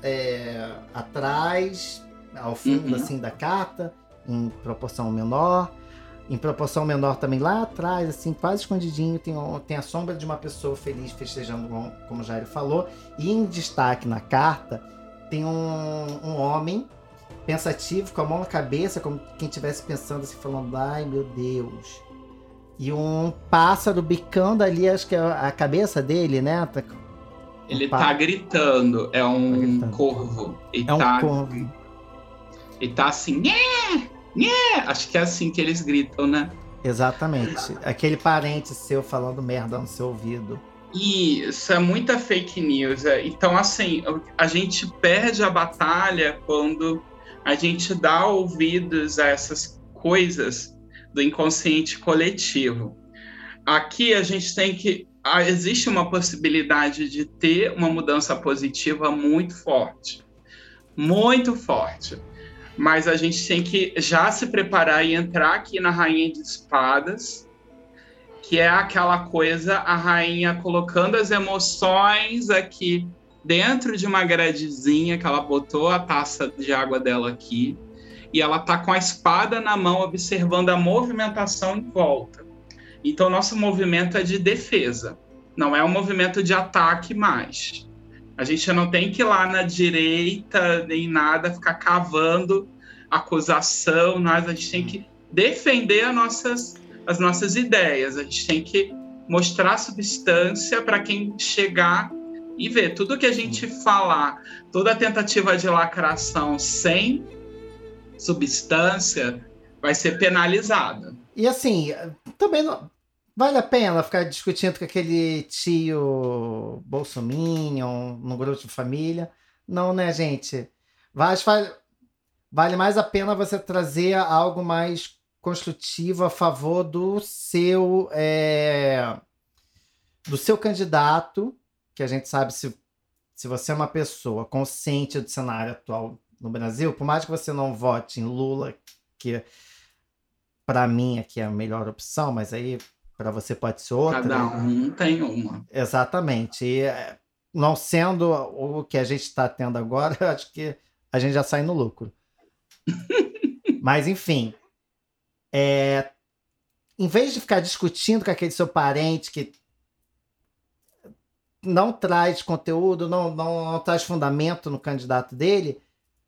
atrás, ao fundo assim da carta, em proporção menor. Em proporção menor também lá atrás, assim, quase escondidinho, tem a sombra de uma pessoa feliz festejando, como o Jairo falou. E em destaque na carta, tem um homem pensativo, com a mão na cabeça, como quem estivesse pensando assim, falando, ai meu Deus. E um pássaro bicando ali, acho que é a cabeça dele, né? Ele tá gritando, é um corvo. Um corvo. Ele tá assim, acho que é assim que eles gritam, né? Exatamente. Aquele parente seu falando merda no seu ouvido. Isso, é muita fake news. Então, assim, a gente perde a batalha quando a gente dá ouvidos a essas coisas do inconsciente coletivo. Aqui a gente tem que... Existe uma possibilidade de ter uma mudança positiva muito forte. Muito forte. Mas a gente tem que já se preparar e entrar aqui na Rainha de Espadas, que é aquela coisa, a rainha colocando as emoções aqui dentro de uma gradezinha, que ela botou a taça de água dela aqui, e ela tá com a espada na mão, observando a movimentação em volta. Então, nosso movimento é de defesa, não é um movimento de ataque mais. A gente não tem que ir lá na direita, nem nada, ficar cavando acusação, a gente tem que defender as nossas ideias, a gente tem que mostrar substância para quem chegar e ver. Tudo que a gente falar, toda tentativa de lacração sem substância vai ser penalizada. E assim, também não vale a pena ficar discutindo com aquele tio bolsominion no grupo de família. Não, né, gente? Vale mais a pena você trazer algo mais construtivo a favor do seu candidato, que a gente sabe se você é uma pessoa consciente do cenário atual no Brasil, por mais que você não vote em Lula, que para mim aqui é a melhor opção, mas aí para você pode ser outra. Cada um tem uma. Exatamente. E não sendo o que a gente está tendo agora, eu acho que a gente já sai no lucro. Mas, enfim, em vez de ficar discutindo com aquele seu parente que não traz conteúdo, não traz fundamento no candidato dele,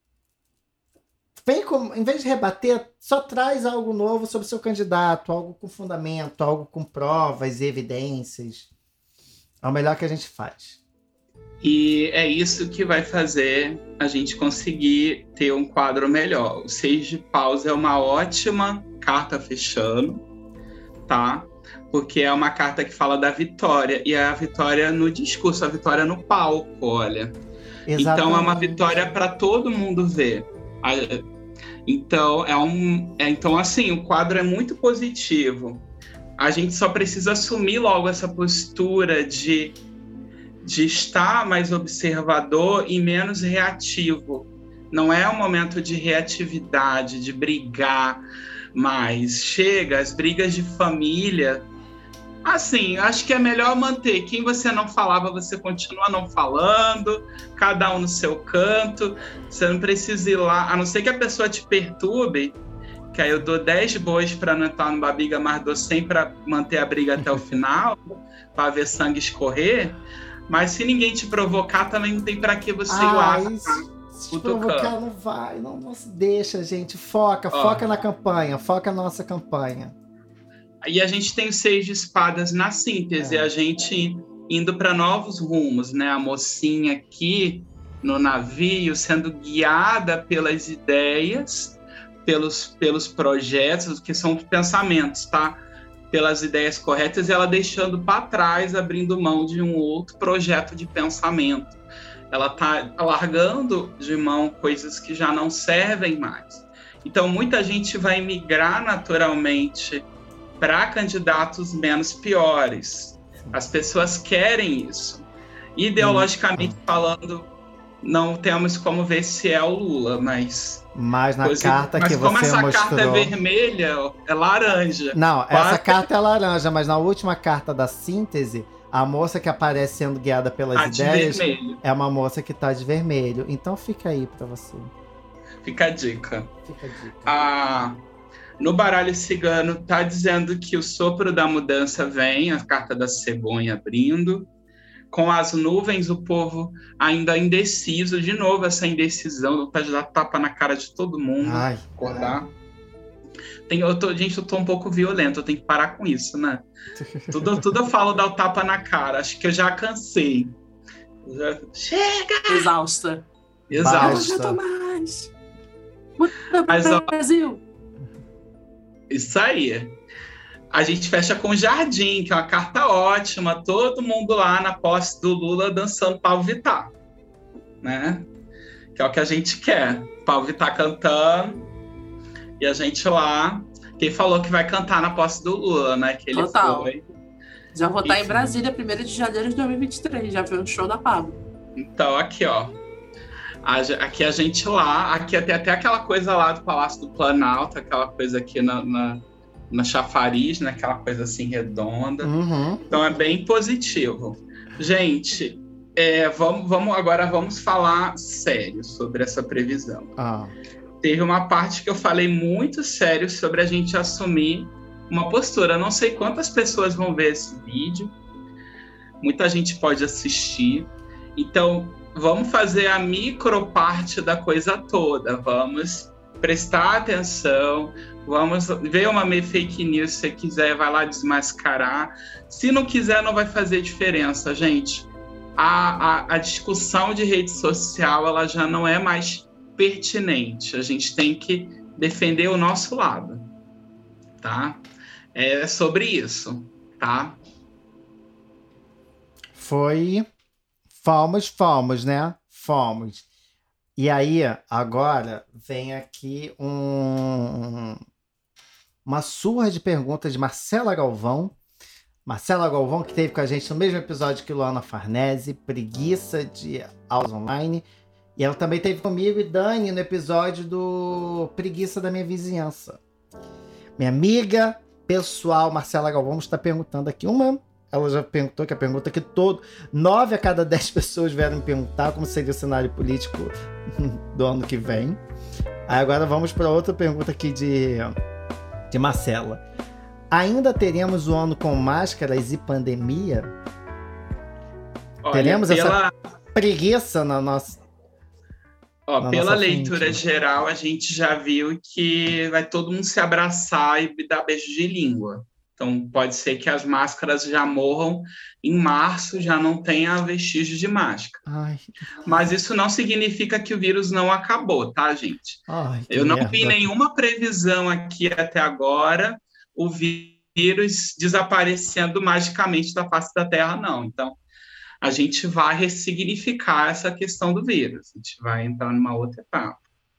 em vez de rebater, só traz algo novo sobre o seu candidato, algo com fundamento, algo com provas e evidências. É o melhor que a gente faz. E é isso que vai fazer a gente conseguir ter um quadro melhor. O 6 de paus é uma ótima carta fechando, tá? Porque é uma carta que fala da vitória. E é a vitória no discurso, a vitória no palco, olha. Exatamente. Então é uma vitória para todo mundo ver. Então, então, assim, o quadro é muito positivo. A gente só precisa assumir logo essa postura de estar mais observador e menos reativo. Não é um momento de reatividade, de brigar mais. Chega, as brigas de família. Assim, acho que é melhor manter. Quem você não falava, você continua não falando, cada um no seu canto. Você não precisa ir lá, a não ser que a pessoa te perturbe, que aí eu dou 10 bois para não estar no Babiga, mas dou 100 para manter a briga até o final, para ver sangue escorrer. Mas se ninguém te provocar, também não tem para que você ir lá. Se te provocar, não vai, não se deixa, gente. Foca na campanha, foca na nossa campanha. E a gente tem o 6 de espadas na síntese, a gente indo para novos rumos, né? A mocinha aqui no navio sendo guiada pelas ideias, pelos projetos, que são pensamentos, tá? Pelas ideias corretas, e ela deixando para trás, abrindo mão de um outro projeto de pensamento. Ela está largando de mão coisas que já não servem mais. Então, muita gente vai migrar naturalmente para candidatos menos piores. As pessoas querem isso. Ideologicamente falando, não temos como ver se é o Lula, mas na carta que você mostrou... Mas como essa carta é vermelha, é laranja. Não, essa carta é laranja, mas na última carta da síntese, a moça que aparece sendo guiada pelas ideias é uma moça que tá de vermelho. Então fica aí pra você. Fica a dica. No baralho cigano tá dizendo que o sopro da mudança vem, a carta da cegonha abrindo. Com as nuvens, o povo ainda indeciso. De novo, essa indecisão, vontade de dar tapa na cara de todo mundo. Acordar. Gente, eu tô um pouco violento, eu tenho que parar com isso, né? Tudo eu falo dar o tapa na cara. Acho que eu já cansei. Chega! Exausta. Não aguento mais. Mas, Brasil. Isso aí. A gente fecha com o Jardim, que é uma carta ótima. Todo mundo lá na posse do Lula dançando Pablo Vittar, né? Que é o que a gente quer. Pablo Vittar cantando e a gente lá. Quem falou que vai cantar na posse do Lula, né? Que ele Total. Foi. Já vou estar em Brasília, 1º de janeiro de 2023. Já viu um show da Pablo. Então, aqui, ó. Aqui a gente lá. Aqui tem até aquela coisa lá do Palácio do Planalto, aquela coisa aqui na chafariz, né? Aquela coisa assim redonda. Então é bem positivo. Gente, vamos falar sério sobre essa previsão. Teve uma parte que eu falei muito sério sobre a gente assumir uma postura. Eu não sei quantas pessoas vão ver esse vídeo. Muita gente pode assistir. Então, vamos fazer a microparte da coisa toda. Vamos prestar atenção. Vamos ver uma meio fake news, se você quiser, vai lá desmascarar. Se não quiser, não vai fazer diferença, gente. A discussão de rede social, ela já não é mais pertinente. A gente tem que defender o nosso lado, tá? É sobre isso, tá? Fomos, né? Fomos. E aí, agora, vem aqui uma surra de perguntas de Marcela Galvão. Marcela Galvão, que esteve com a gente no mesmo episódio que Luana Farnese, preguiça de aulas online. E ela também esteve comigo e Dani no episódio do Preguiça da Minha Vizinhança. Minha amiga pessoal, Marcela Galvão, está perguntando aqui ela já perguntou, que a pergunta que 9 a cada 10 pessoas vieram me perguntar como seria o cenário político do ano que vem. Aí agora vamos para outra pergunta aqui de Marcela. Ainda teremos o ano com máscaras e pandemia? Olha, teremos essa preguiça na nossa... pela leitura geral, a gente já viu que vai todo mundo se abraçar e dar beijo de língua. Então, pode ser que as máscaras já morram em março, já não tenha vestígio de máscara. Mas isso não significa que o vírus não acabou, tá, gente? Eu não vi nenhuma previsão aqui até agora, o vírus desaparecendo magicamente da face da Terra, não. Então, a gente vai ressignificar essa questão do vírus. A gente vai entrar numa outra etapa.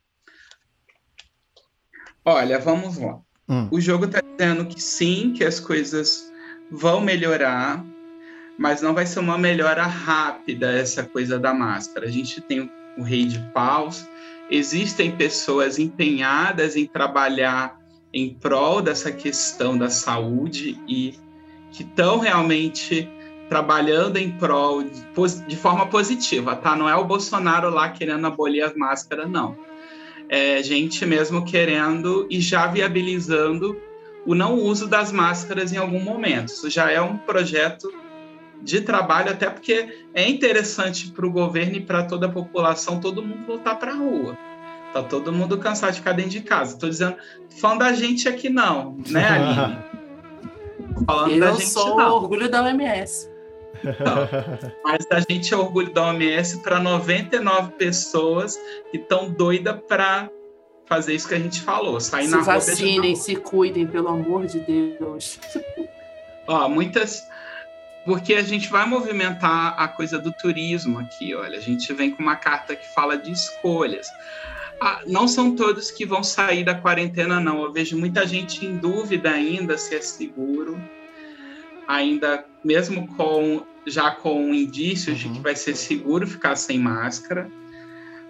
Olha, vamos lá. O jogo está dizendo que sim, que as coisas vão melhorar, mas não vai ser uma melhora rápida essa coisa da máscara. A gente tem o Rei de Paus, existem pessoas empenhadas em trabalhar em prol dessa questão da saúde e que estão realmente trabalhando em prol de forma positiva, tá? Não é o Bolsonaro lá querendo abolir as máscaras, não. É gente mesmo querendo e já viabilizando o não uso das máscaras em algum momento. Isso já é um projeto de trabalho, até porque é interessante para o governo e para toda a população, todo mundo voltar para a rua. Tá todo mundo cansado de ficar dentro de casa. Estou dizendo, fã da gente aqui não, né, Aline? Falando da gente, sou não. Orgulho da OMS. Não. Mas a gente é orgulho da OMS para 99 pessoas que estão doidas para fazer isso que a gente falou. Sair na rua. Se vacinem, se cuidem, pelo amor de Deus. Muitas... Porque a gente vai movimentar a coisa do turismo aqui, olha. A gente vem com uma carta que fala de escolhas. Não são todos que vão sair da quarentena, não. Eu vejo muita gente em dúvida ainda se é seguro. Ainda, mesmo já com indícios de que vai ser seguro ficar sem máscara.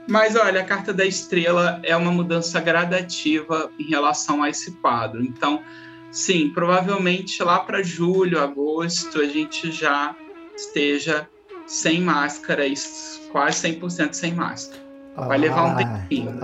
Mas olha, a carta da estrela é uma mudança gradativa em relação a esse quadro. Então, sim, provavelmente lá para julho, agosto, a gente já esteja sem máscara, quase 100% sem máscara. Vai levar um tempinho.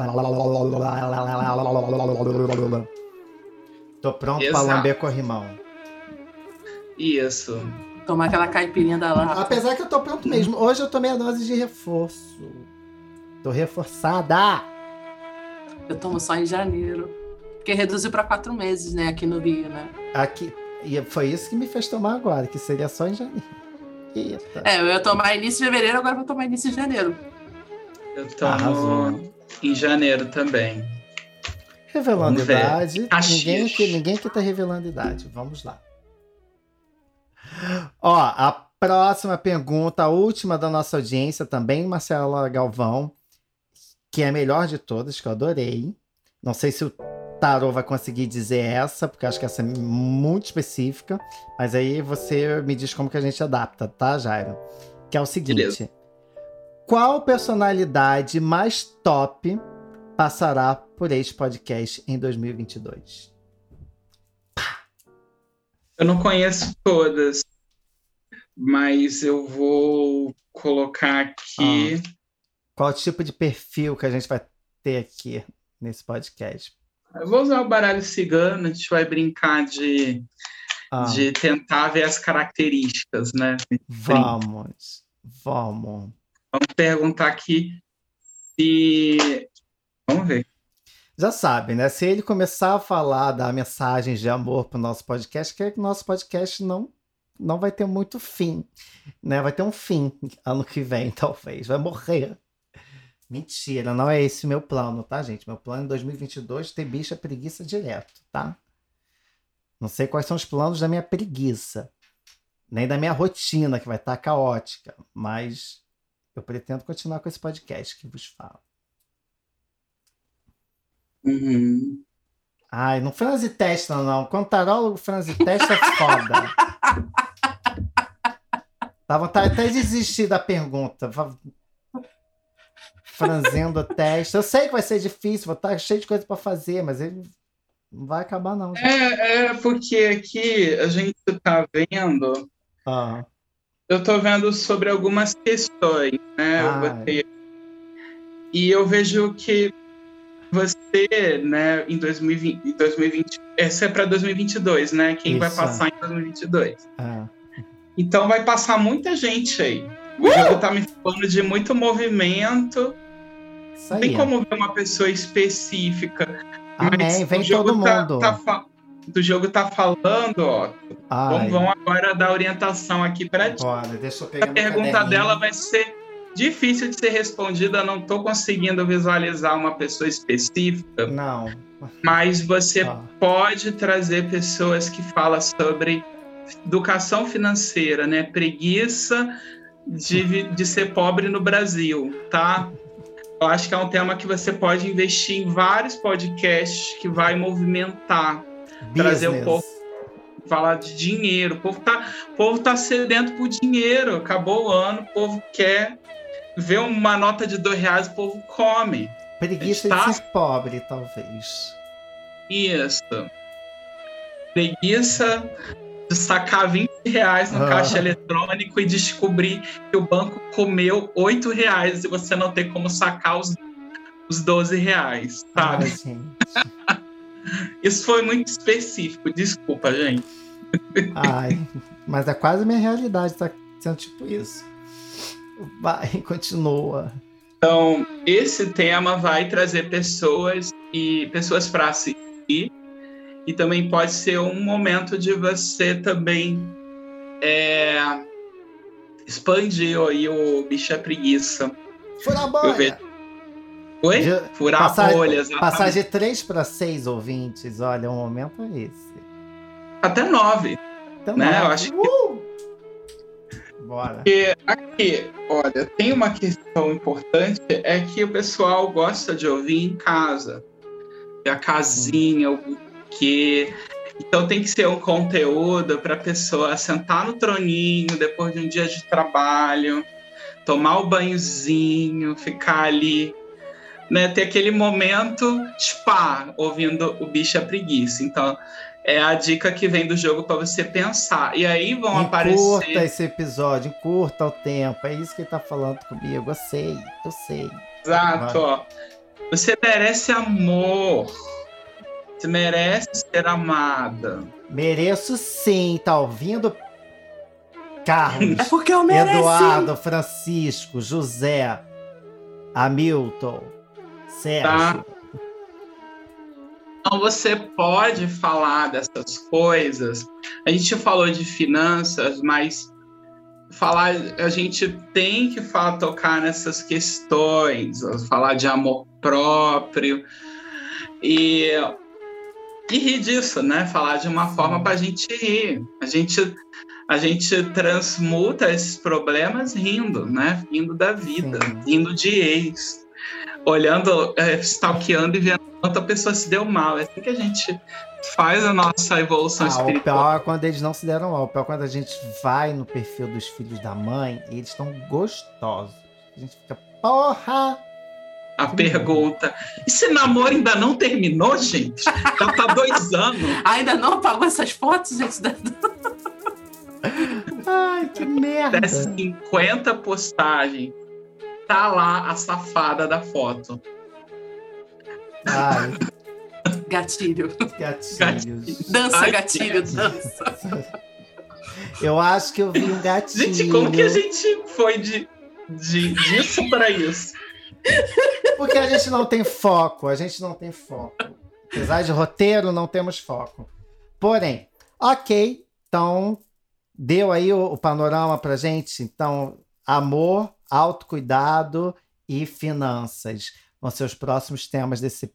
Tô pronto para lamber corrimão. Isso. Tomar aquela caipirinha da lata. Apesar que eu tô pronto mesmo. Hoje eu tomei a dose de reforço. Tô reforçada. Eu tomo só em janeiro. Porque reduziu para 4 meses, né? Aqui no Rio, né? Aqui. E foi isso que me fez tomar agora, que seria só em janeiro. Eita. Eu ia tomar início de fevereiro, agora vou tomar início de janeiro. Eu tomo em janeiro também. Revelando idade. Ninguém aqui tá revelando idade. Vamos lá. Ó, a próxima pergunta, a última da nossa audiência também, Marcela Galvão, que é a melhor de todas, que eu adorei. Não sei se o Tarô vai conseguir dizer essa, porque eu acho que essa é muito específica, mas aí você me diz como que a gente adapta, tá, Jairo? Que é o seguinte. Beleza. Qual personalidade mais top passará por este podcast em 2022? Eu não conheço todas, mas eu vou colocar aqui... Qual tipo de perfil que a gente vai ter aqui nesse podcast? Eu vou usar o baralho cigano, a gente vai brincar de tentar ver as características, né? Vamos. Vamos perguntar aqui se... Vamos ver. Já sabe, né? Se ele começar a falar, dar mensagens de amor pro nosso podcast, que o nosso podcast não vai ter muito fim, né? Vai ter um fim ano que vem, talvez. Vai morrer. Mentira, não é esse o meu plano, tá, gente? Meu plano em 2022 é ter bicha preguiça direto, tá? Não sei quais são os planos da minha preguiça, nem da minha rotina, que vai estar caótica, mas eu pretendo continuar com esse podcast que vos falo. Uhum. Ai, não franze testa, não. Quando tarólogo franze testa, é foda. Dá vontade até de desistir da pergunta. Franzendo a testa. Eu sei que vai ser difícil, vou estar cheio de coisa para fazer, mas ele não vai acabar, não. Porque aqui a gente tá vendo... Eu tô vendo sobre algumas questões, né? E eu vejo que você, né, em 2020, essa é para 2022, né? Quem vai passar em 2022. Então vai passar muita gente aí. O jogo tá me falando de muito movimento. Não tem como ver uma pessoa específica. Amém, vem todo mundo. O jogo tá falando, ó. Vamos agora dar orientação aqui para ti. Deixa eu pegar a pergunta dela vai ser difícil de ser respondida, não estou conseguindo visualizar uma pessoa específica. Não. Mas você pode trazer pessoas que falam sobre educação financeira, né? Preguiça de ser pobre no Brasil, tá? Eu acho que é um tema que você pode investir em vários podcasts que vai movimentar, trazer o povo, falar de dinheiro. O povo tá sedento por dinheiro. Acabou o ano, o povo quer ver uma nota de R$2, o povo come. Preguiça de ser pobre, talvez. Isso. Preguiça de sacar R$20 no caixa eletrônico e descobrir que o banco comeu R$8 e você não tem como sacar os R$12, sabe? Isso foi muito específico, desculpa, gente. Mas é quase a minha realidade, tá sendo tipo isso. Vai, continua. Então, esse tema vai trazer pessoas para assistir, e também pode ser um momento de você também expandir aí o bicho preguiça. Furar a bolha. Oi? Furar a bolha, exatamente. Passar de 3 para 6 ouvintes, olha, o momento é esse. Até 9. Né? Eu acho que... Bora. Porque aqui, olha, tem uma questão importante, é que o pessoal gosta de ouvir em casa. A casinha, o buquê. Então tem que ser um conteúdo para a pessoa sentar no troninho depois de um dia de trabalho, tomar o banhozinho, ficar ali né, ter aquele momento spa, ouvindo o Bicho é Preguiça. Então, é a dica que vem do jogo para você pensar. E aí vão aparecer... Encurta esse episódio, encurta o tempo. É isso que ele tá falando comigo. Eu sei. Exato, ó. Você merece amor. Você merece ser amada. Mereço sim, tá ouvindo? Carlos, É porque eu mereço. Eduardo, Francisco, José, Hamilton, Sérgio. Tá. Então você pode falar dessas coisas. A gente falou de finanças, mas a gente tem que tocar nessas questões, falar de amor próprio e rir disso, né? Falar de uma forma para a gente rir. A gente transmuta esses problemas rindo, né? Rindo da vida, rindo de ex, olhando, stalkeando e vendo quanto a pessoa se deu mal. É assim que a gente faz a nossa evolução espiritual. O pior é quando eles não se deram mal. O pior é quando a gente vai no perfil dos filhos da mãe e eles estão gostosos. A gente fica, porra! A pergunta, esse namoro ainda não terminou, gente? Já tá 2 anos. Ainda não apagou essas fotos, gente? Ai, que merda. Das 50 postagens, tá lá a safada da foto. Ai. Gatilho. Dança, gatilho, dança. Eu acho que eu vi um gatilho. Gente, como que a gente foi disso para isso? Porque a gente não tem foco. Apesar de roteiro, não temos foco. Porém, ok, então deu aí o panorama pra gente. Então, amor, autocuidado e finanças vão ser os próximos temas desse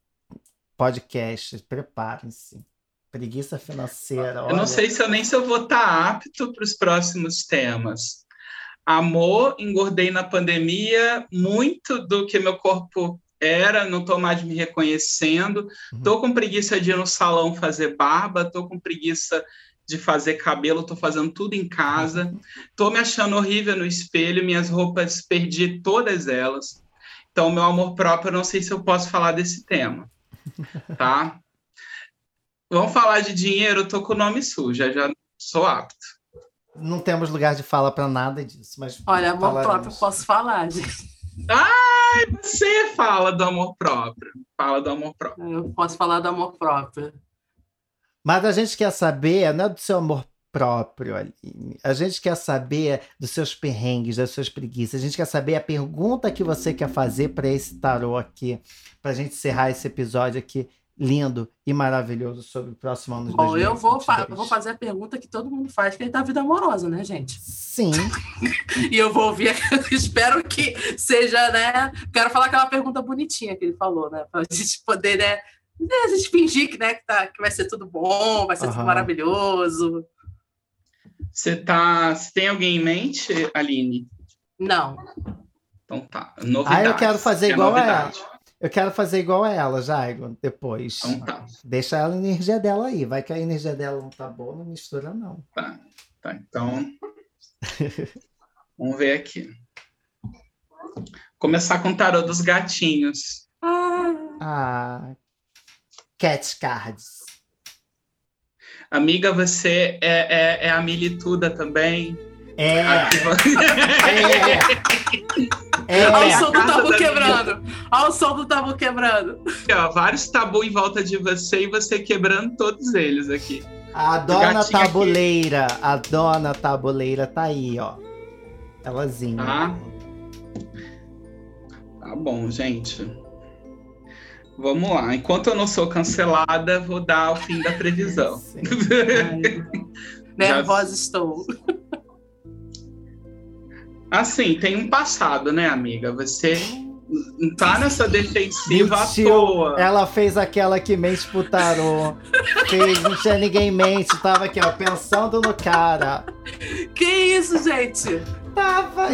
podcast. Preparem-se. Preguiça financeira. Eu não sei se eu vou estar apto para os próximos temas. Amor, engordei na pandemia, muito do que meu corpo era, não estou mais me reconhecendo. Estou com preguiça de ir no salão fazer barba, estou com preguiça de fazer cabelo, estou fazendo tudo em casa. Estou me achando horrível no espelho, minhas roupas perdi todas elas. Então, meu amor próprio, eu não sei se eu posso falar desse tema, tá? Vamos falar de dinheiro, eu tô com o nome sujo, já sou apto. Não temos lugar de fala para nada disso, mas... Olha, amor próprio, eu posso falar, gente. Ai, você fala do amor próprio. Fala do amor próprio. Eu posso falar do amor próprio. Mas a gente quer saber, não é do seu amor próprio, Aline. A gente quer saber dos seus perrengues, das suas preguiças. A gente quer saber a pergunta que você quer fazer para esse tarô aqui, pra gente encerrar esse episódio aqui lindo e maravilhoso sobre o próximo ano de 2022. Eu vou fazer a pergunta que todo mundo faz, que é da vida amorosa, né, gente? Sim. E eu vou ouvir, espero que seja, né? Quero falar aquela pergunta bonitinha que ele falou, né? Pra gente poder, né? A gente fingir que, né, que vai ser tudo bom, vai ser tudo maravilhoso. Você tem alguém em mente, Aline? Não. Então tá. Novidade. Eu quero fazer igual a ela. Eu quero fazer igual a ela, Jaigo, depois. Então tá. Deixa a energia dela aí. Vai que a energia dela não tá boa, não mistura, não. Tá, então... Vamos ver aqui. Começar com o tarô dos gatinhos. Cat Cards. Amiga, você é a milituda também? Olha o som do tabu quebrando. Olha o som do tabu quebrando. Aqui, ó, vários tabus em volta de você e você quebrando todos eles aqui. A dona tabuleira. Aqui. A dona tabuleira tá aí, ó. Elazinha. Tá bom, gente. Vamos lá. Enquanto eu não sou cancelada, vou dar o fim da previsão. Nervosa estou. Assim, tem um passado, né, amiga? Você não tá nessa defensiva à toa. Ela fez aquela que mente pro tarô. Não tinha ninguém mente. Tava aqui, ó, pensando no cara. Que isso, gente? Tava.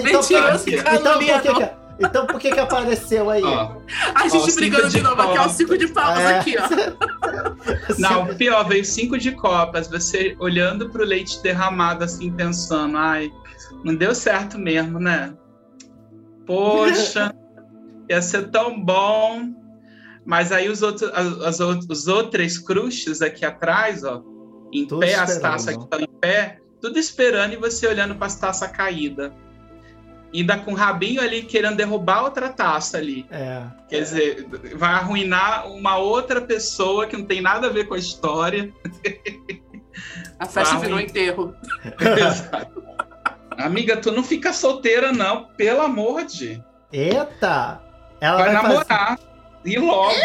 Então por que apareceu aí? A gente brigando de novo aqui, ó, 5 de papas aqui, ó. Não, pior, veio 5 de copas. Você olhando pro leite derramado assim, pensando, ai, não deu certo mesmo, né? Poxa. Ia ser tão bom. Mas aí os outros crushes aqui atrás, ó, em Tudo pé, esperando. as taças que estão em pé, tudo esperando e você olhando para as taças caídas. Ainda com o rabinho ali querendo derrubar outra taça ali. Quer dizer, vai arruinar uma outra pessoa que não tem nada a ver com a história. A festa virou enterro. Exato. Amiga, tu não fica solteira, não, pelo amor de... Eita! Ela vai namorar. E logo.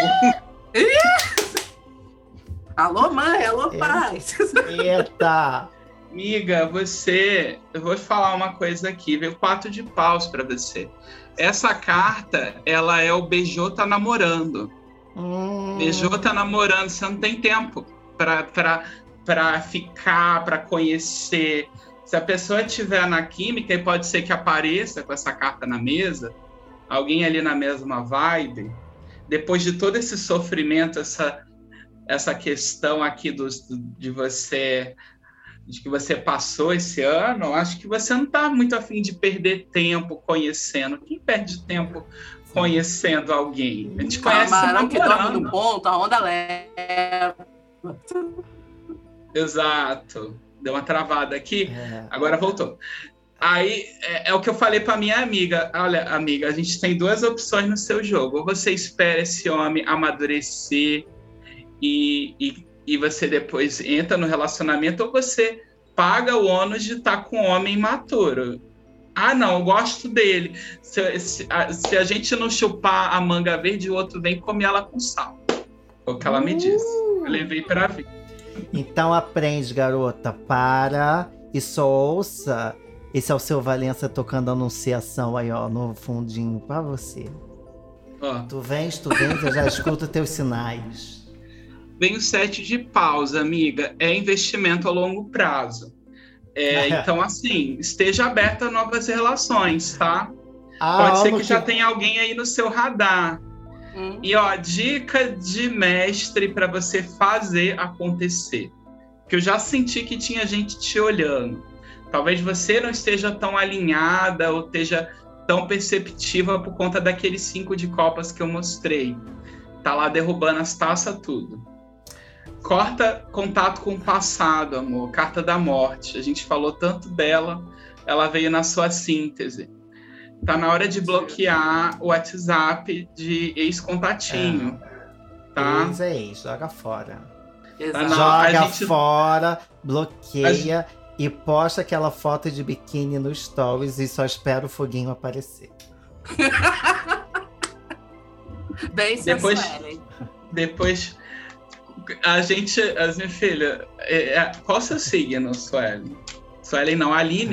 Alô, mãe, alô, pai. Eita! Amiga, eu vou falar uma coisa aqui, veio 4 de paus pra você. Essa carta, ela é o Beijô tá namorando. Beijô tá namorando, você não tem tempo pra ficar, pra conhecer. Se a pessoa estiver na química, e pode ser que apareça com essa carta na mesa, alguém ali na mesma vibe, depois de todo esse sofrimento, essa questão aqui de que você passou esse ano, acho que você não está muito afim de perder tempo conhecendo. Quem perde tempo conhecendo alguém? A gente conhece camarão que dorme no ponto, a onda leva. Exato. Deu uma travada aqui, agora voltou. Aí, é o que eu falei para minha amiga. Olha, amiga, a gente tem 2 opções no seu jogo. Ou você espera esse homem amadurecer e você depois entra no relacionamento, ou você paga o ônus de estar com um homem imaturo. Ah, não, eu gosto dele. Se a gente não chupar a manga verde, o outro vem comer ela com sal. Foi o que ela me disse. Eu levei para a vida. Então aprende, garota. Para e só ouça. Esse é o seu Valença tocando a anunciação aí, ó, no fundinho pra você. Tu vens, eu já escuto teus sinais. Vem o 7 de paus, amiga. É investimento a longo prazo. Então, assim, esteja aberta a novas relações, tá? Pode ser que já tenha alguém aí no seu radar. E, ó, dica de mestre para você fazer acontecer. Que eu já senti que tinha gente te olhando. Talvez você não esteja tão alinhada ou esteja tão perceptiva por conta daqueles 5 de copas que eu mostrei. Tá lá derrubando as taças, tudo. Corta contato com o passado, amor. Carta da morte. A gente falou tanto dela, ela veio na sua síntese. Tá na hora de bloquear o WhatsApp de ex-contatinho. Tá? Ex é ex, joga fora. Tá fora, bloqueia e posta aquela foto de biquíni no stories e só espera o foguinho aparecer. Bem depois minha filha, qual o seu signo, Suelen? Suelen não, Aline.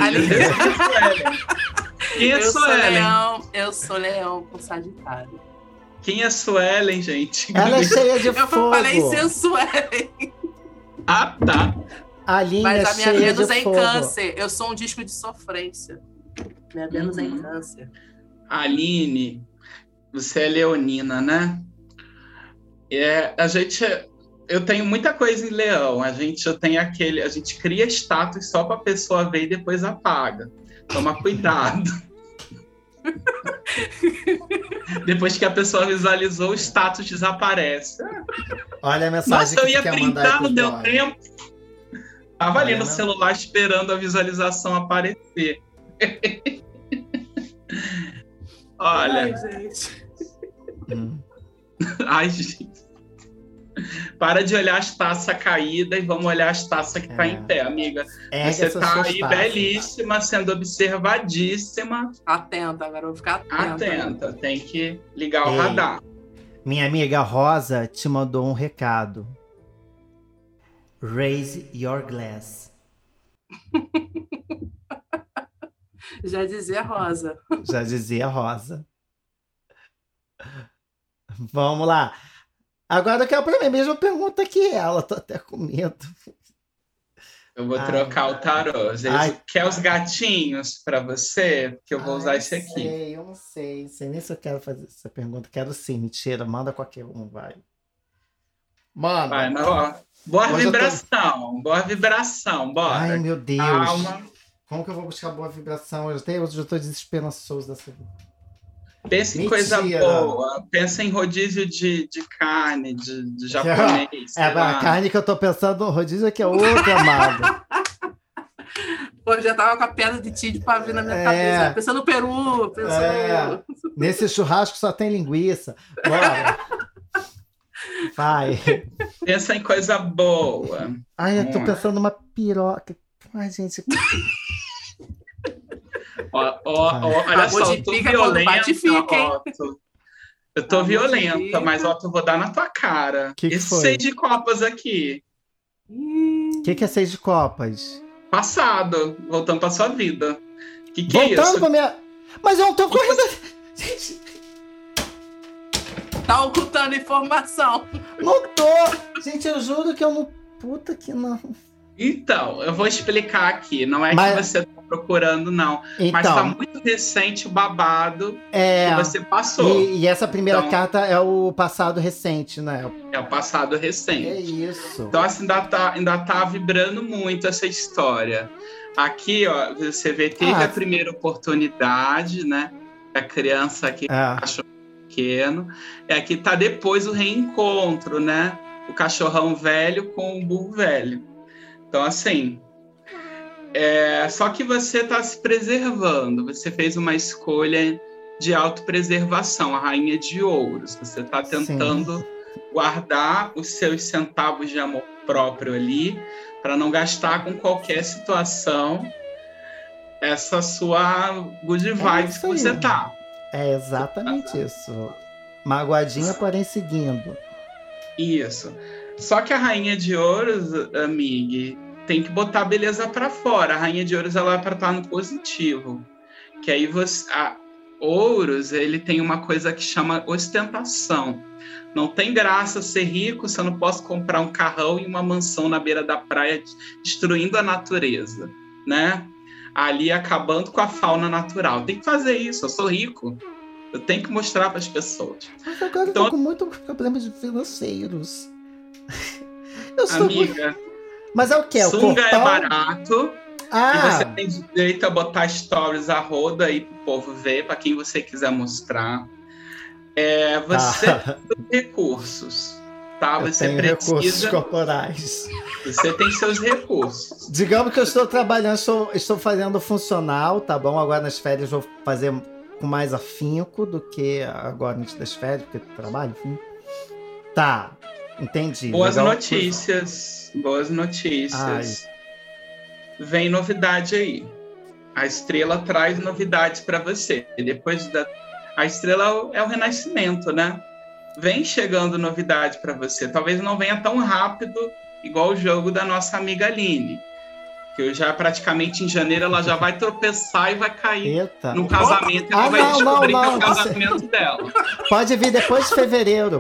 Quem é Suelen? Eu sou leão com Sagitário. Quem é Suelen, gente? Ela é cheia de fogo. Eu falei Suelen. Ah, tá. Aline mas a minha Vênus é em fogo. Câncer. Eu sou um disco de sofrência. Minha Vênus é em Câncer. Aline, você é leonina, né? Eu tenho muita coisa em leão. A gente cria status só para a pessoa ver e depois apaga. Toma cuidado. Depois que a pessoa visualizou, o status desaparece. Olha a mensagem. Nossa, eu ia printar, não deu tempo. Tava ali no celular esperando a visualização aparecer. Olha. Ai, gente. Para de olhar as taças caídas e vamos olhar as taças que tá em pé, amiga. Você tá aí belíssima, sendo observadíssima. Atenta, agora eu vou ficar atenta. Tem que ligar o radar. Minha amiga Rosa te mandou um recado. Raise your glass. Já dizia Rosa. Já dizia Rosa. Vamos lá. Agora eu quero pra mim mesma pergunta que ela. Tô até com medo. Eu vou trocar o tarô. Quer os gatinhos pra você? Porque eu vou usar esse aqui. Eu não sei nem se eu quero fazer essa pergunta. Quero sim, mentira. Manda qualquer um, vai. Manda. Vai, não, boa vibração. Boa vibração, bora. Ai, meu Deus. Calma. Como que eu vou buscar boa vibração? Eu já tô desesperançoso dessa vida. Pensa em coisa boa. Pensa em rodízio de carne, de japonês. A carne que eu tô pensando no rodízio aqui é outra, amado. Pô, já tava com a pedra de tídio pra vir na minha cabeça. Pensando no peru, pensando... Nesse churrasco só tem linguiça. Bora. Vai. Pensa em coisa boa. Ai, eu tô pensando numa piroca. Ai, gente. Olha só, eu tô violenta, Otto. Eu tô violenta, mas, Otto, eu vou dar na tua cara. Que foi? 6 de copas aqui. O que é 6 de copas? Passado, voltando pra sua vida. Que voltando é isso? Pra minha... Mas eu não tô correndo... Gente... Tá ocultando informação. Não tô! Gente, eu juro que eu não... Puta que não... Então, eu vou explicar aqui. Não é que você tá procurando, não. Então, mas tá muito recente o babado que você passou. E essa primeira carta é o passado recente, né? É o passado recente. É isso. Então, assim, ainda tá vibrando muito essa história. Aqui, ó, você vê, teve a primeira oportunidade, né? A criança aqui, cachorro pequeno. Aqui tá depois o reencontro, né? O cachorrão velho com o burro velho. Então, assim, só que você está se preservando, você fez uma escolha de autopreservação, a rainha de ouros, você está tentando guardar os seus centavos de amor próprio ali, para não gastar com qualquer situação essa sua good vibes que você tá. É exatamente isso. Magoadinha, porém seguindo. Isso. Só que a rainha de ouros, amiga, tem que botar a beleza para fora. A rainha de ouros, ela é para estar no positivo. Que aí ouros, ele tem uma coisa que chama ostentação. Não tem graça ser rico se eu não posso comprar um carrão e uma mansão na beira da praia, destruindo a natureza, né? Ali acabando com a fauna natural. Tem que fazer isso, eu sou rico. Eu tenho que mostrar para as pessoas. Mas agora então, eu tô com muitos problemas financeiros. Amiga, mas é o quê? Sunga é barato e você tem direito a botar stories a roda aí pro povo ver, para quem você quiser mostrar. Você tem recursos, tá? Você tenho recursos corporais. Você tem seus recursos. Digamos que eu estou trabalhando, estou fazendo funcional, tá bom? Agora nas férias vou fazer com mais afinco do que agora antes das férias, porque trabalho, enfim. Tá. Entendi. Boas notícias. Vem novidade aí. A estrela traz novidades para você. E depois a estrela é o renascimento, né? Vem chegando novidade para você. Talvez não venha tão rápido igual o jogo da nossa amiga Aline. Que já praticamente em janeiro ela já vai tropeçar e vai cair no casamento. Ela vai descobrir que é o casamento dela. Pode vir depois de fevereiro.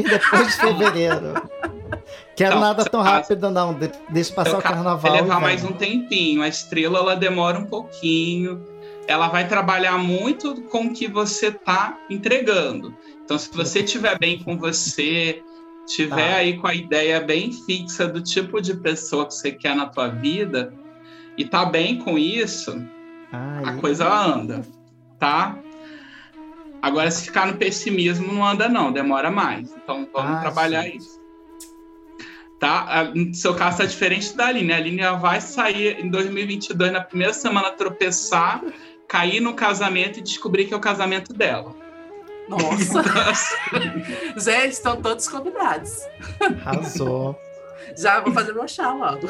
Quero nada tão rápido, não. Deixa passar o carnaval. Vai levar mais um tempinho. A estrela, ela demora um pouquinho. Ela vai trabalhar muito com o que você está entregando. Então, se você estiver bem com você, estiver aí com a ideia bem fixa do tipo de pessoa que você quer na tua vida, e tá bem com isso, a coisa anda, tá? Agora, se ficar no pessimismo, não anda não, demora mais. Então, vamos trabalhar isso. Tá? No seu caso, tá diferente da Aline. A Aline vai sair em 2022, na primeira semana, tropeçar, cair no casamento e descobrir que é o casamento dela. Nossa! Zé, estão todos convidados. Arrasou. Já vou fazer meu chá logo.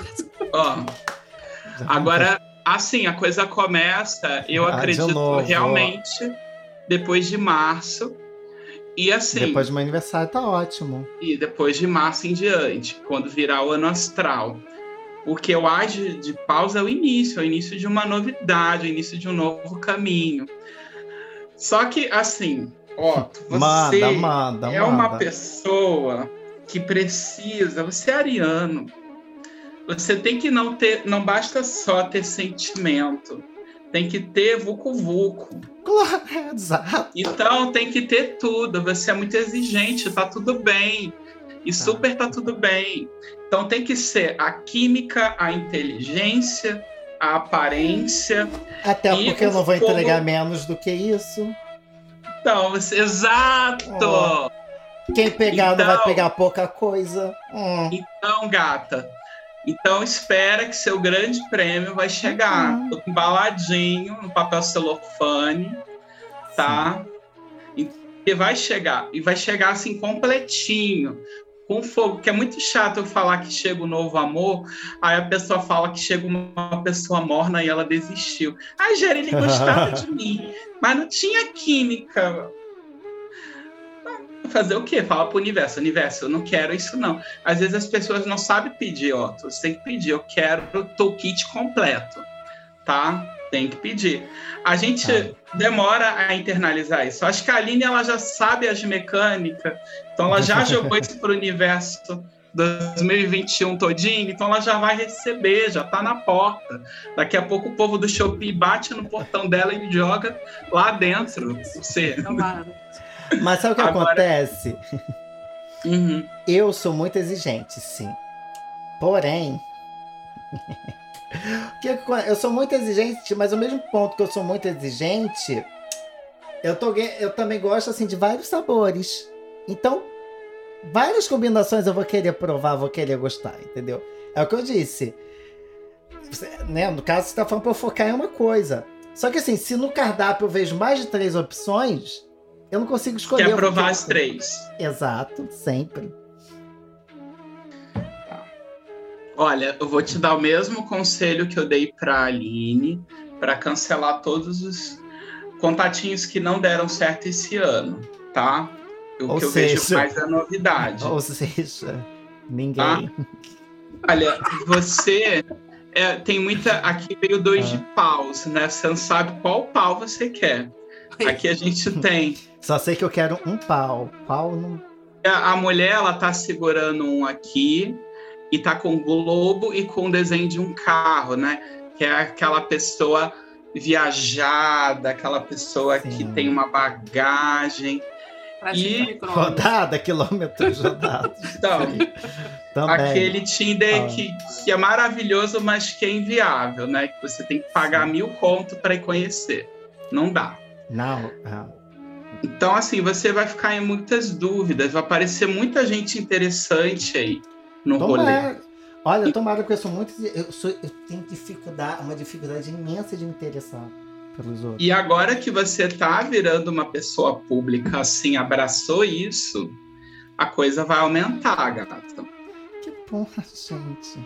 Agora, assim, a coisa começa, eu acredito realmente, depois de março. E assim... Depois do meu aniversário tá ótimo. E depois de março em diante, quando virar o ano astral. O que eu acho de pausa é o início de uma novidade, o início de um novo caminho. Só que, assim, você manda. Uma pessoa que precisa, você é ariano. Você tem que não basta só ter sentimento, tem que ter vucu-vucu. Exato. Então tem que ter tudo, você é muito exigente, tá tudo bem, e super tá tudo bem. Então tem que ser a química, a inteligência, a aparência. Até porque eu não vou entregar menos do que isso. Então, você... Exato! Oh. Quem pegar não vai pegar pouca coisa. Então, gata, então espera que seu grande prêmio vai chegar. Tô embaladinho no papel celofane, tá? E vai chegar. E vai chegar assim completinho, com fogo. Que é muito chato eu falar que chega o novo amor, aí a pessoa fala que chega uma pessoa morna e ela desistiu. Ai, Gera, ele gostava de mim, mas não tinha química. Fazer o quê? Fala pro universo, eu não quero isso não. Às vezes as pessoas não sabem pedir, ó, você tem que pedir, eu quero o toolkit completo, tá? Tem que pedir. A gente demora a internalizar isso. Acho que a Aline, ela já sabe as mecânicas, então ela já jogou isso pro universo 2021 todinho, então ela já vai receber, já tá na porta. Daqui a pouco o povo do Shopee bate no portão dela e joga lá dentro. Você... Mas sabe o que acontece? Eu sou muito exigente, sim. Porém, eu sou muito exigente, mas ao mesmo ponto que eu sou muito exigente, eu também gosto assim, de vários sabores. Então, várias combinações eu vou querer provar, vou querer gostar, entendeu? É o que eu disse. Né? No caso, você está falando para eu focar em uma coisa. Só que assim, se no cardápio eu vejo mais de 3 opções, eu não consigo escolher. Quer provar as 3. Exato, sempre. Olha, eu vou te dar o mesmo conselho que eu dei para a Aline, para cancelar todos os contatinhos que não deram certo esse ano, tá? O que eu vejo mais é novidade. Ou seja, ninguém. Tá? Olha, você... tem muita... Aqui veio 2 de paus, né? Você não sabe qual pau você quer. Aqui a gente tem... Só sei que eu quero um pau. Pau não... A mulher, ela tá segurando um aqui e tá com um globo e com o desenho de um carro, né? Que é aquela pessoa viajada, aquela pessoa que tem uma bagagem. E rodada, quilômetros rodados. Então, aquele Tinder que é maravilhoso, mas que é inviável, né? Que você tem que pagar 1.000 conto para ir conhecer. Não dá. Não. Então, assim, você vai ficar em muitas dúvidas, vai aparecer muita gente interessante aí no rolê. Olha, tomara, porque eu sou muito... Eu tenho uma dificuldade imensa de me interessar pelos outros. E agora que você tá virando uma pessoa pública, assim, abraçou isso, a coisa vai aumentar, gata. Que porra, gente.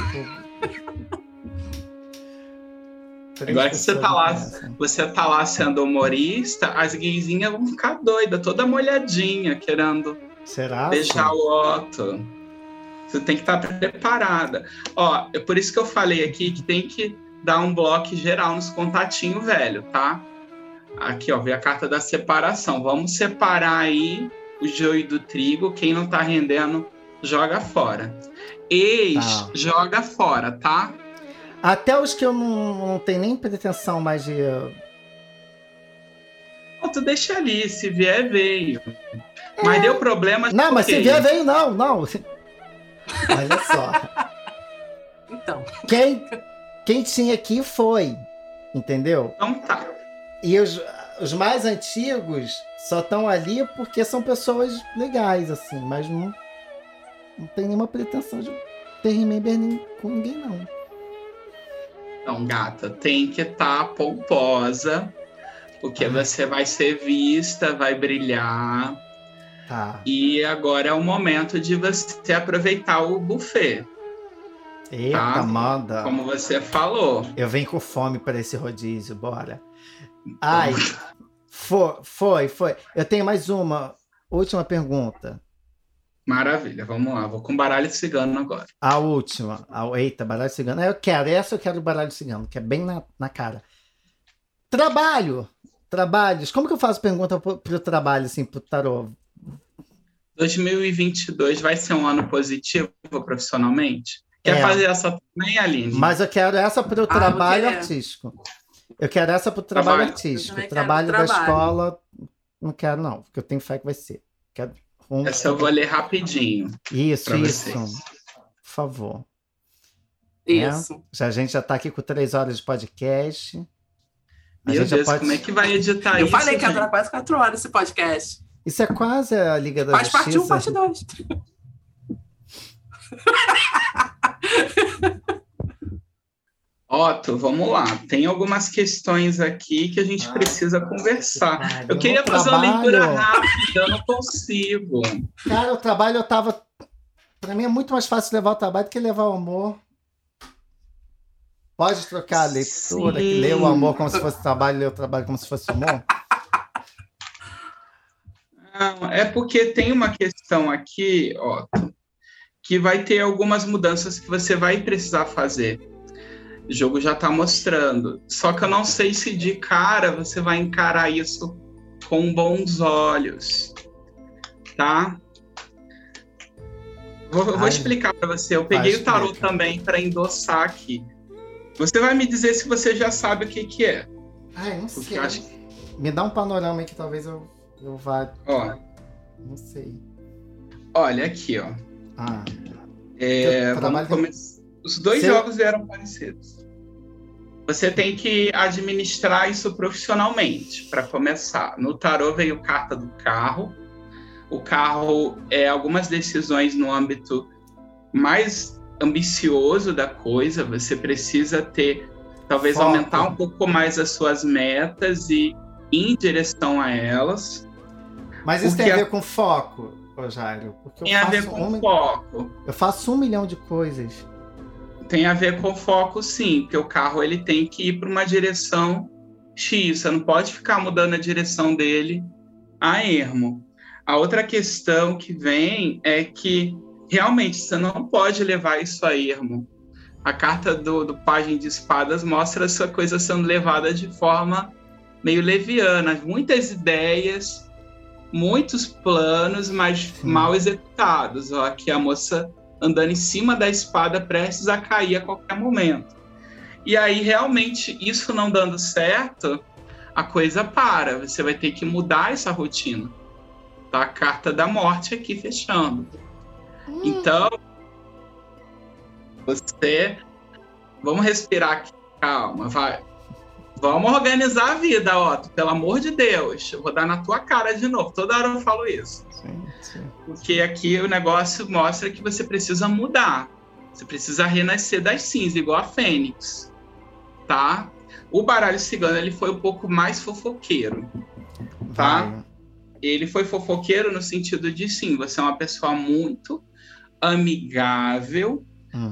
Agora que você tá lá sendo humorista, as gaysinhas vão ficar doidas, toda molhadinha, querendo beijar o Otto. Você tem que estar preparada. Ó, é por isso que eu falei aqui que tem que dar um bloco geral nos contatinhos velho, tá? Aqui, ó, veio a carta da separação. Vamos separar aí o joio do trigo. Quem não tá rendendo, joga fora. Joga fora, tá? Até os que eu não tenho nem pretensão mais de... Tu deixa ali, se vier, veio. Mas deu problema... Não, mas se vier, veio não. Olha só. Então. Quem tinha aqui foi, entendeu? Então tá. E os mais antigos só estão ali porque são pessoas legais, assim, mas não tem nenhuma pretensão de ter remember com ninguém, não. Então, gata, tem que estar pomposa, porque você vai ser vista, vai brilhar. Tá. E agora é o momento de você aproveitar o buffet. Eita, tá? Manda. Como você falou. Eu venho com fome para esse rodízio, bora. Ai, foi. Eu tenho mais uma última pergunta. Maravilha, vamos lá. Vou com baralho cigano agora. A última. Eita, baralho cigano. Eu quero baralho cigano, que é bem na cara. Trabalhos. Como que eu faço pergunta pro trabalho, assim, pro tarô? 2022 vai ser um ano positivo profissionalmente? Quer fazer essa também, Aline? Mas eu quero essa pro trabalho artístico. Eu quero essa pro trabalho artístico. Trabalho da escola, não quero não, porque eu tenho fé que vai ser. Essa eu vou ler rapidinho. Isso. Por favor. Isso. A gente já está aqui com 3 horas de podcast. Meu Deus, como é que vai editar Eu isso? Eu falei que ia gente? durar quase 4 horas esse podcast. Isso é quase a Liga da Faz Justiça. parte 1, parte 2. Otto, vamos lá. Tem algumas questões aqui que a gente precisa conversar. Eu queria fazer uma leitura rápida, eu não consigo. Cara, o trabalho eu tava... Pra mim é muito mais fácil levar o trabalho do que levar o amor. Pode trocar a leitura, que ler o amor como se fosse trabalho, ler o trabalho como se fosse amor? Não, é porque tem uma questão aqui, Otto, que vai ter algumas mudanças que você vai precisar fazer. O jogo já está mostrando. Só que eu não sei se de cara você vai encarar isso com bons olhos, tá? Vou explicar para você. Eu peguei o tarô também para endossar aqui. Você vai me dizer se você já sabe o que é. Ai, não sei. Me dá um panorama aí que talvez eu vá... Ó. Não sei. Olha aqui, ó. Vamos começar. Os dois jogos vieram parecidos. Você tem que administrar isso profissionalmente, para começar. No tarô veio carta do carro. O carro é algumas decisões no âmbito mais ambicioso da coisa. Você precisa ter, talvez, foco. Aumentar um pouco mais as suas metas e ir em direção a elas. Mas isso tem a ver com foco, Jairo? Tem a ver com foco. Eu faço 1 milhão de coisas. Tem a ver com foco, sim, porque o carro ele tem que ir para uma direção X, você não pode ficar mudando a direção dele a ermo. A outra questão que vem é que realmente você não pode levar isso a ermo. A carta do Pajem de Espadas mostra essa coisa sendo levada de forma meio leviana, muitas ideias, muitos planos, mas mal executados. Ó, aqui a moça andando em cima da espada, prestes a cair a qualquer momento. E aí, realmente, isso não dando certo, a coisa para. Você vai ter que mudar essa rotina. Tá? A carta da morte aqui fechando. Então, vamos respirar aqui. Calma, vai. Vamos organizar a vida, Otto. Pelo amor de Deus. Eu vou dar na tua cara de novo. Toda hora eu falo isso. Sim. Porque aqui o negócio mostra que você precisa mudar. Você precisa renascer das cinzas, igual a Fênix. Tá? O baralho cigano, ele foi um pouco mais fofoqueiro. Tá? Ele foi fofoqueiro no sentido de, sim, você é uma pessoa muito amigável,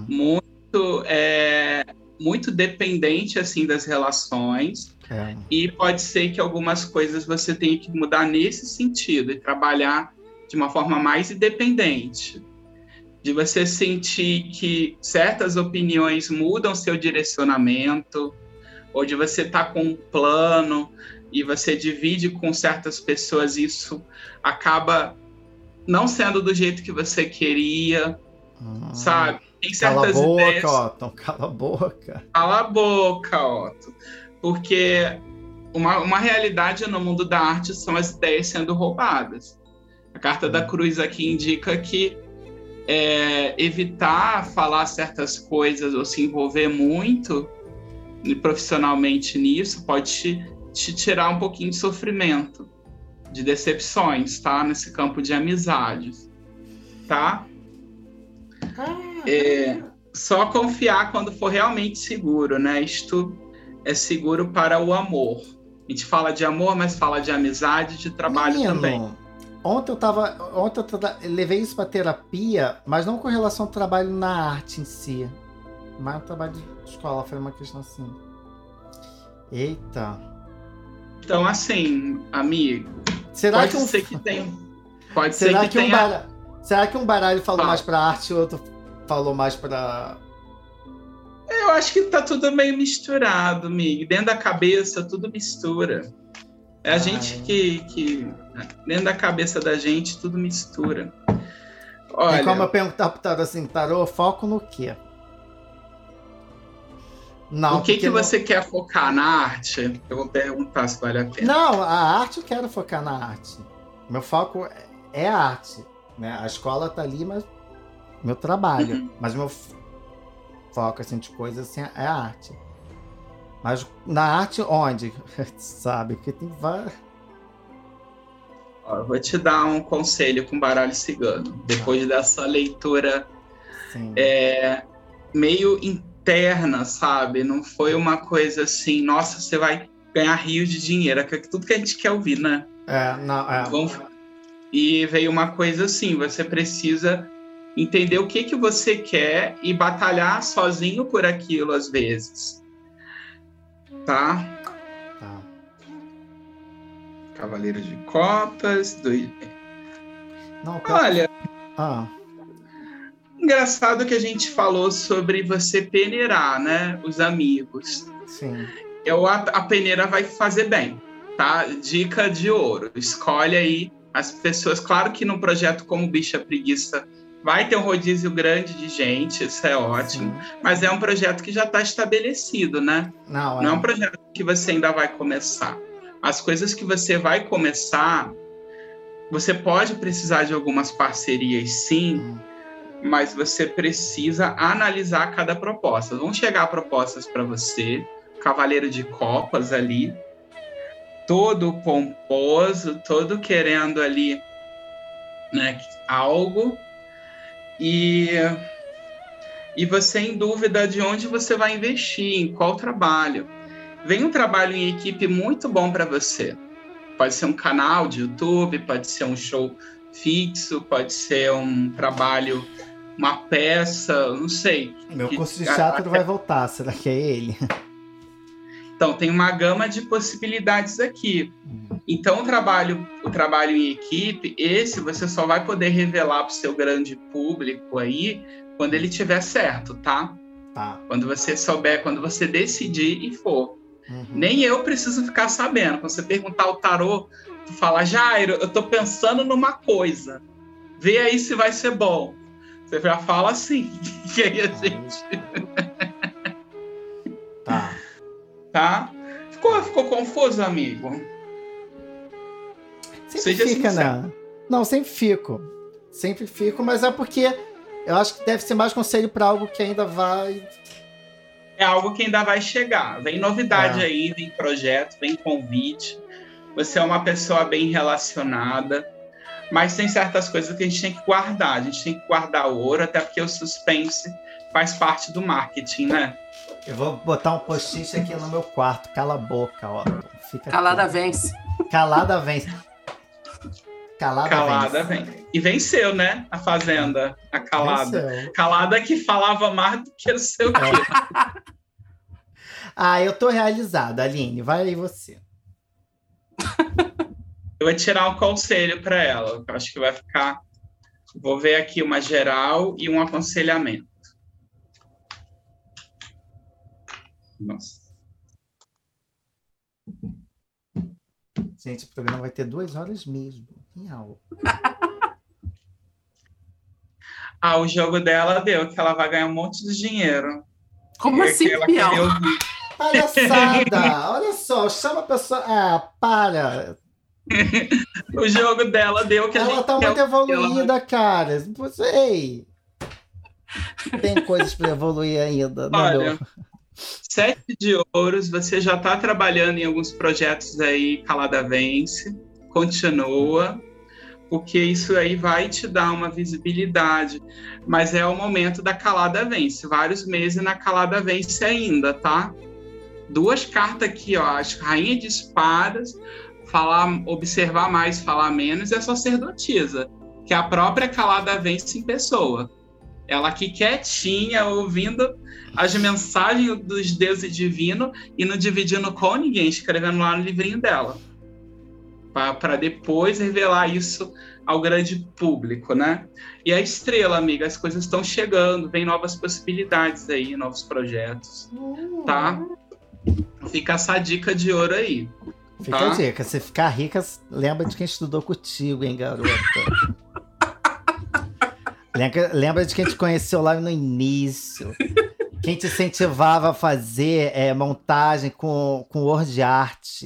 muito dependente, assim, das relações. E pode ser que algumas coisas você tenha que mudar nesse sentido e trabalhar de uma forma mais independente, de você sentir que certas opiniões mudam seu direcionamento, ou de você estar com um plano e você divide com certas pessoas, isso acaba não sendo do jeito que você queria, sabe? Tem certas ideias... Cala a boca. Cala a boca, Otto. Porque uma realidade no mundo da arte são as ideias sendo roubadas. A carta da cruz aqui indica que evitar falar certas coisas ou se envolver muito profissionalmente nisso pode te tirar um pouquinho de sofrimento, de decepções, tá? Nesse campo de amizades, tá? Só confiar quando for realmente seguro, né? Isto é seguro para o amor. A gente fala de amor, mas fala de amizade, de trabalho também. Ontem eu levei isso para terapia, mas não com relação ao trabalho na arte em si, mas no trabalho de escola, foi uma questão assim. Eita. Então, assim, amigo, será que um baralho falou mais para arte e o outro falou mais para... Eu acho que tá tudo meio misturado, amigo. Dentro da cabeça, tudo mistura. É a gente que... Dentro da cabeça da gente, tudo mistura. Olha... É como eu perguntar pro tarô assim, tarô, foco no quê? Não, o que você quer focar na arte? Eu vou perguntar se vale a pena. Não, a arte eu quero focar na arte. Meu foco é a arte. Né? A escola tá ali, mas meu trabalho. Mas meu foco assim, de coisas assim, é a arte. Mas na arte, onde? Sabe? Porque tem várias... Eu vou te dar um conselho com baralho cigano. Depois dessa leitura meio interna, sabe? Não foi uma coisa assim, nossa, você vai ganhar rios de dinheiro. É tudo que a gente quer ouvir, né? E veio uma coisa assim, você precisa entender o que você quer e batalhar sozinho por aquilo às vezes. Tá? Cavaleiro de Copas. Olha, engraçado que a gente falou sobre você peneirar, né? Os amigos. Sim. A peneira vai fazer bem, tá? Dica de ouro. Escolhe aí as pessoas. Claro que num projeto como Bicha Preguiça vai ter um rodízio grande de gente, isso é ótimo. Sim. Mas é um projeto que já está estabelecido, né? Não é um projeto que você ainda vai começar. As coisas que você vai começar, você pode precisar de algumas parcerias, sim, mas você precisa analisar cada proposta. Vão chegar propostas para você, Cavaleiro de Copas ali, todo pomposo, todo querendo ali, né, algo, e você em dúvida de onde você vai investir, em qual trabalho. Vem um trabalho em equipe muito bom para você. Pode ser um canal de YouTube, pode ser um show fixo, pode ser um trabalho, uma peça, não sei. Meu curso de teatro vai voltar, será que é ele? Então, tem uma gama de possibilidades aqui. Então, o trabalho em equipe, esse você só vai poder revelar para o seu grande público aí quando ele tiver certo, tá? Quando você souber, quando você decidir e for. Nem eu preciso ficar sabendo. Quando você perguntar ao tarô, tu fala, Jairo, eu tô pensando numa coisa. Vê aí se vai ser bom. Você já fala assim. E aí a gente... Tá? Ficou confuso, amigo? Sempre fica, né? Não, sempre fico. Sempre fico, mas é porque eu acho que deve ser mais conselho para algo que ainda vai... É algo que ainda vai chegar. Vem novidade aí, vem projeto, vem convite. Você é uma pessoa bem relacionada, mas tem certas coisas que a gente tem que guardar. A gente tem que guardar o ouro, até porque o suspense faz parte do marketing, né? Eu vou botar um post-it aqui no meu quarto. Cala a boca, ó. Fica Calada vence. Calada vence. Calada vem. E venceu, né? A Fazenda, a Calada. Venceu. Calada que falava mais do que não sei o quê. Eu tô realizada, Aline. Vai aí você. Eu vou tirar um conselho para ela. Eu acho que vai ficar... Vou ver aqui uma geral e um aconselhamento. Nossa. Gente, o programa vai ter 2 horas mesmo. Real. O jogo dela deu que ela vai ganhar um monte de dinheiro. Como assim, Piau? Palhaçada! Olha só, chama a pessoa... para! O jogo dela deu que ela tá muito evoluída, cara. Ei! Tem coisas para evoluir ainda. Olha, 7 de ouros, você já está trabalhando em alguns projetos aí, Calada Vence, continua, porque isso aí vai te dar uma visibilidade, mas é o momento da Calada Vence, vários meses na Calada Vence ainda, tá? 2 cartas aqui, ó, as Rainha de Espadas, observar mais, falar menos, e a Sacerdotisa, que é a própria Calada Vence em pessoa. Ela aqui quietinha, ouvindo as mensagens dos deuses divinos e não dividindo com ninguém, escrevendo lá no livrinho dela. Para depois revelar isso ao grande público, né? E a estrela, amiga, as coisas estão chegando, vem novas possibilidades aí, novos projetos, tá? Fica essa dica de ouro aí. Fica a dica, se ficar rica, lembra de quem estudou contigo, hein, garota? Lembra de quem te conheceu lá no início. Quem te incentivava a fazer montagem com Word Art.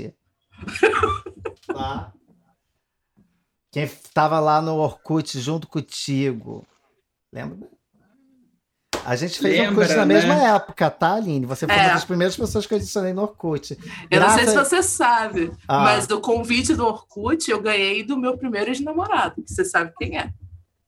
Tá? Quem estava lá no Orkut junto contigo. Lembra? A gente fez Lembra, Orkut na né? mesma época, tá, Aline? Você foi uma das primeiras pessoas que eu adicionei no Orkut. Eu não sei se você sabe, Ah. mas do convite do Orkut eu ganhei do meu primeiro ex-namorado, que você sabe quem é.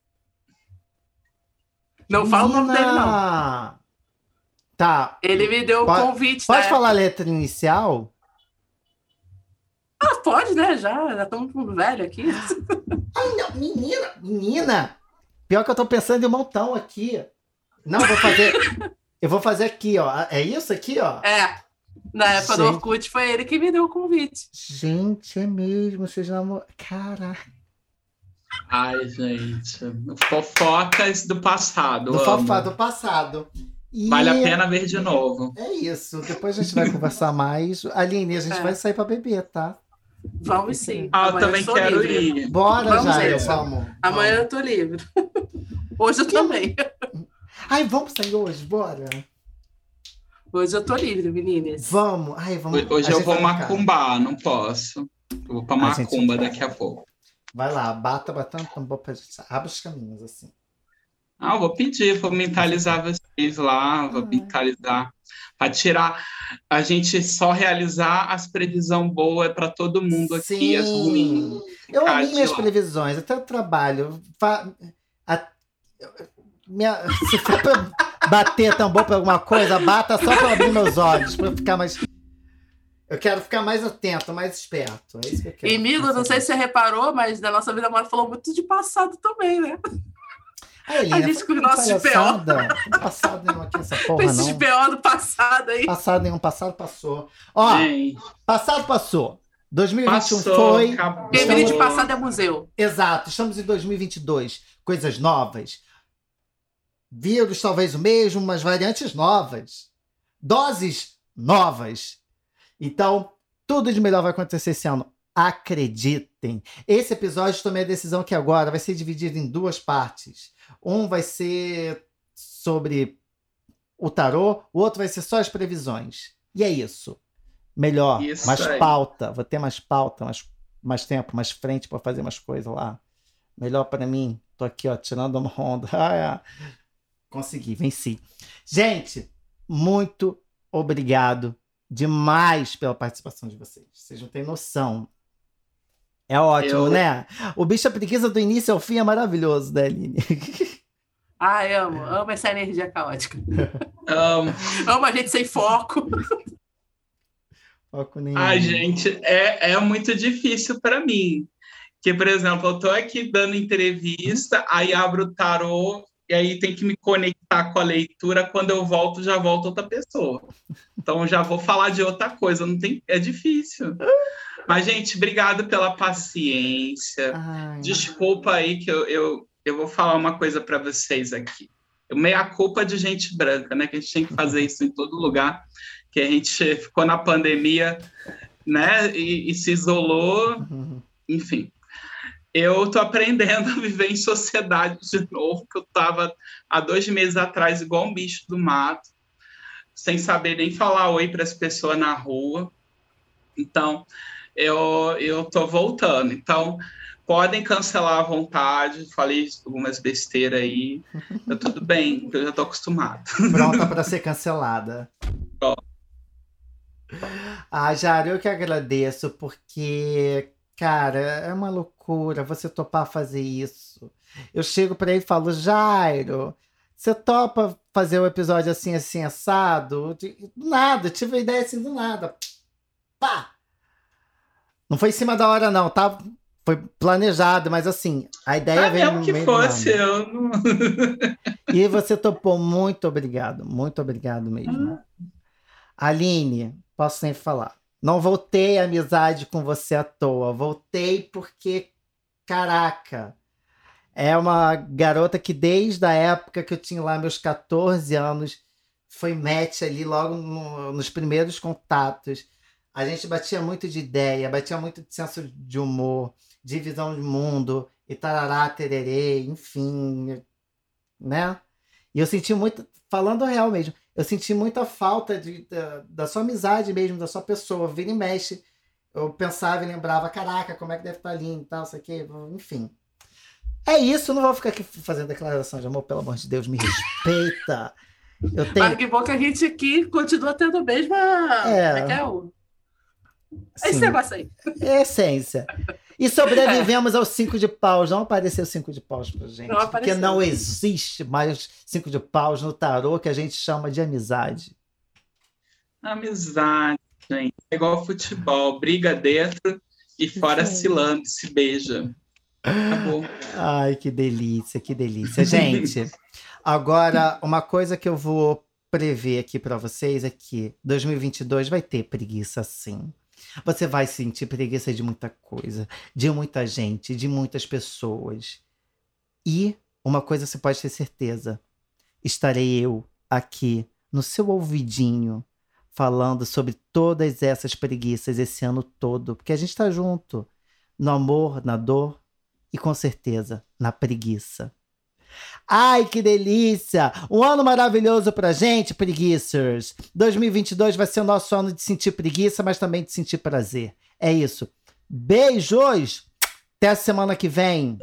Não fala o nome dele, não. Tá. Ele me deu o convite. Pode falar a letra inicial? Ah, pode, né? Já estamos velho aqui. Ai, não, menina! Pior que eu tô pensando em um montão aqui. Não, eu vou fazer aqui, ó. É isso aqui, ó? É. Na época do Orkut foi ele que me deu o convite. Gente, é mesmo. Vocês namoram. Caralho. Ai, gente. Fofocas do passado. Do passado. E... Vale a pena ver de novo. É isso. Depois a gente vai conversar mais. Aline, a gente vai sair pra beber, tá? Vamos sim. Eu também quero ir. Bora, Jairo, vamos. Amanhã eu tô livre. Hoje eu também. Ai, vamos sair hoje, bora. Hoje eu tô livre, meninas. Vamos. Ai, vamos. Hoje eu vou macumbar, não posso. Eu vou pra macumba daqui a pouco. Vai lá, batendo tambor pra gente. Abre os caminhos, assim. Eu vou pedir, vou mentalizar vocês lá, vou mentalizar. Para tirar, a gente só realizar as previsões boas para todo mundo aqui. Sim. As ruins. Eu amei minhas previsões, até o trabalho. Se for pra bater tambor pra alguma coisa, bata só pra abrir meus olhos, pra eu ficar mais. Eu quero ficar mais atento, mais esperto. É isso que eu quero. E, amigo, não sei se você reparou, mas na nossa vida amorosa falou muito de passado também, né? Aí, a gente com o nosso PO. Passado nenhum aqui, essa porra, não. Esses PO do passado aí. Passado nenhum, passado passou. Ó, passado passou. 2021 foi. Bem-vindo de passado é museu. Exato, estamos em 2022. Coisas novas. Vírus talvez o mesmo, mas variantes novas. Doses novas. Então, tudo de melhor vai acontecer esse ano. Acreditem. Esse episódio tomei a decisão que agora vai ser dividido em duas partes. Um vai ser sobre o tarô, o outro vai ser só as previsões. E é isso. Melhor, mais pauta. Vou ter mais pauta, mais tempo, mais frente para fazer mais coisas lá. Melhor para mim. Tô aqui, ó, tirando uma onda. Consegui, venci. Gente, muito obrigado demais pela participação de vocês. Vocês não têm noção. É ótimo, né? O Bicha Preguiça do início ao fim é maravilhoso, né, Aline? Ai, amo essa energia caótica. Amo a gente sem foco. Foco nenhum. Ai, gente, é muito difícil para mim. Que, por exemplo, eu tô aqui dando entrevista, aí abro o tarô, e aí tem que me conectar com a leitura. Quando eu volto, já volta outra pessoa. Então, já vou falar de outra coisa. É difícil. Mas, gente, obrigado pela paciência. Desculpa aí que eu vou falar uma coisa para vocês aqui. Meia culpa de gente branca, né? Que a gente tem que fazer isso em todo lugar. Que a gente ficou na pandemia, né? E se isolou. Enfim. Eu tô aprendendo a viver em sociedade de novo, que eu tava há 2 meses atrás igual um bicho do mato, sem saber nem falar oi para as pessoas na rua. Então, eu tô voltando. Então, podem cancelar à vontade. Falei algumas besteiras aí. Tá tudo bem, eu já tô acostumado. Pronta para ser cancelada. Jairo, eu que agradeço, porque... Cara, é uma loucura você topar fazer isso. Eu chego pra ele e falo, Jairo, você topa fazer um episódio assim, assim, assado? Do nada, tive a ideia assim, do nada. Pá! Não foi em cima da hora, não, tá? Foi planejado, mas assim, a ideia veio no meio do nada. Eu não... E você topou, muito obrigado mesmo. Aline, posso sempre falar. Não voltei a amizade com você à toa. Voltei porque, caraca, é uma garota que desde a época que eu tinha lá meus 14 anos, foi match ali logo nos primeiros contatos. A gente batia muito de ideia, batia muito de senso de humor, de visão de mundo, e tarará, tererê, enfim, né? E eu senti muito, falando real mesmo, eu senti muita falta da sua amizade mesmo, da sua pessoa. Vira e mexe. Eu pensava e lembrava, caraca, como é que deve estar ali e tal, isso aqui. Enfim. É isso, eu não vou ficar aqui fazendo declaração de amor, pelo amor de Deus, me respeita. Mas que bom que a gente aqui continua tendo a mesma... Esse negócio aí. É essência. E sobrevivemos aos 5 de paus. Não apareceu 5 de paus pra gente. Não porque não existe mais 5 de paus no tarô, que a gente chama de amizade. Amizade, gente. É igual futebol. Briga dentro e fora se lambe, se beija. Acabou. Ai, que delícia, que delícia. Gente, agora, uma coisa que eu vou prever aqui pra vocês é que 2022 vai ter preguiça, sim. Você vai sentir preguiça de muita coisa, de muita gente, de muitas pessoas. E uma coisa você pode ter certeza. Estarei eu aqui no seu ouvidinho falando sobre todas essas preguiças esse ano todo. Porque a gente tá junto no amor, na dor e com certeza na preguiça. Ai, que delícia! Um ano maravilhoso pra gente, preguiçers! 2022 vai ser o nosso ano de sentir preguiça, mas também de sentir prazer. É isso. Beijos! Até a semana que vem!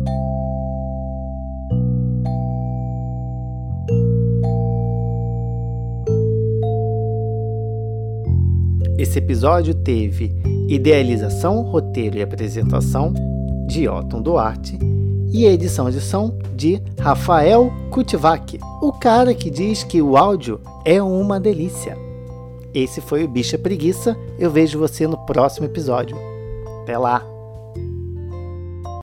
Esse episódio teve idealização, roteiro e apresentação de Otton Duarte e edição de som de Rafael Kutivac, o cara que diz que o áudio é uma delícia. Esse foi o Bicha Preguiça. Eu vejo você no próximo episódio. Até lá!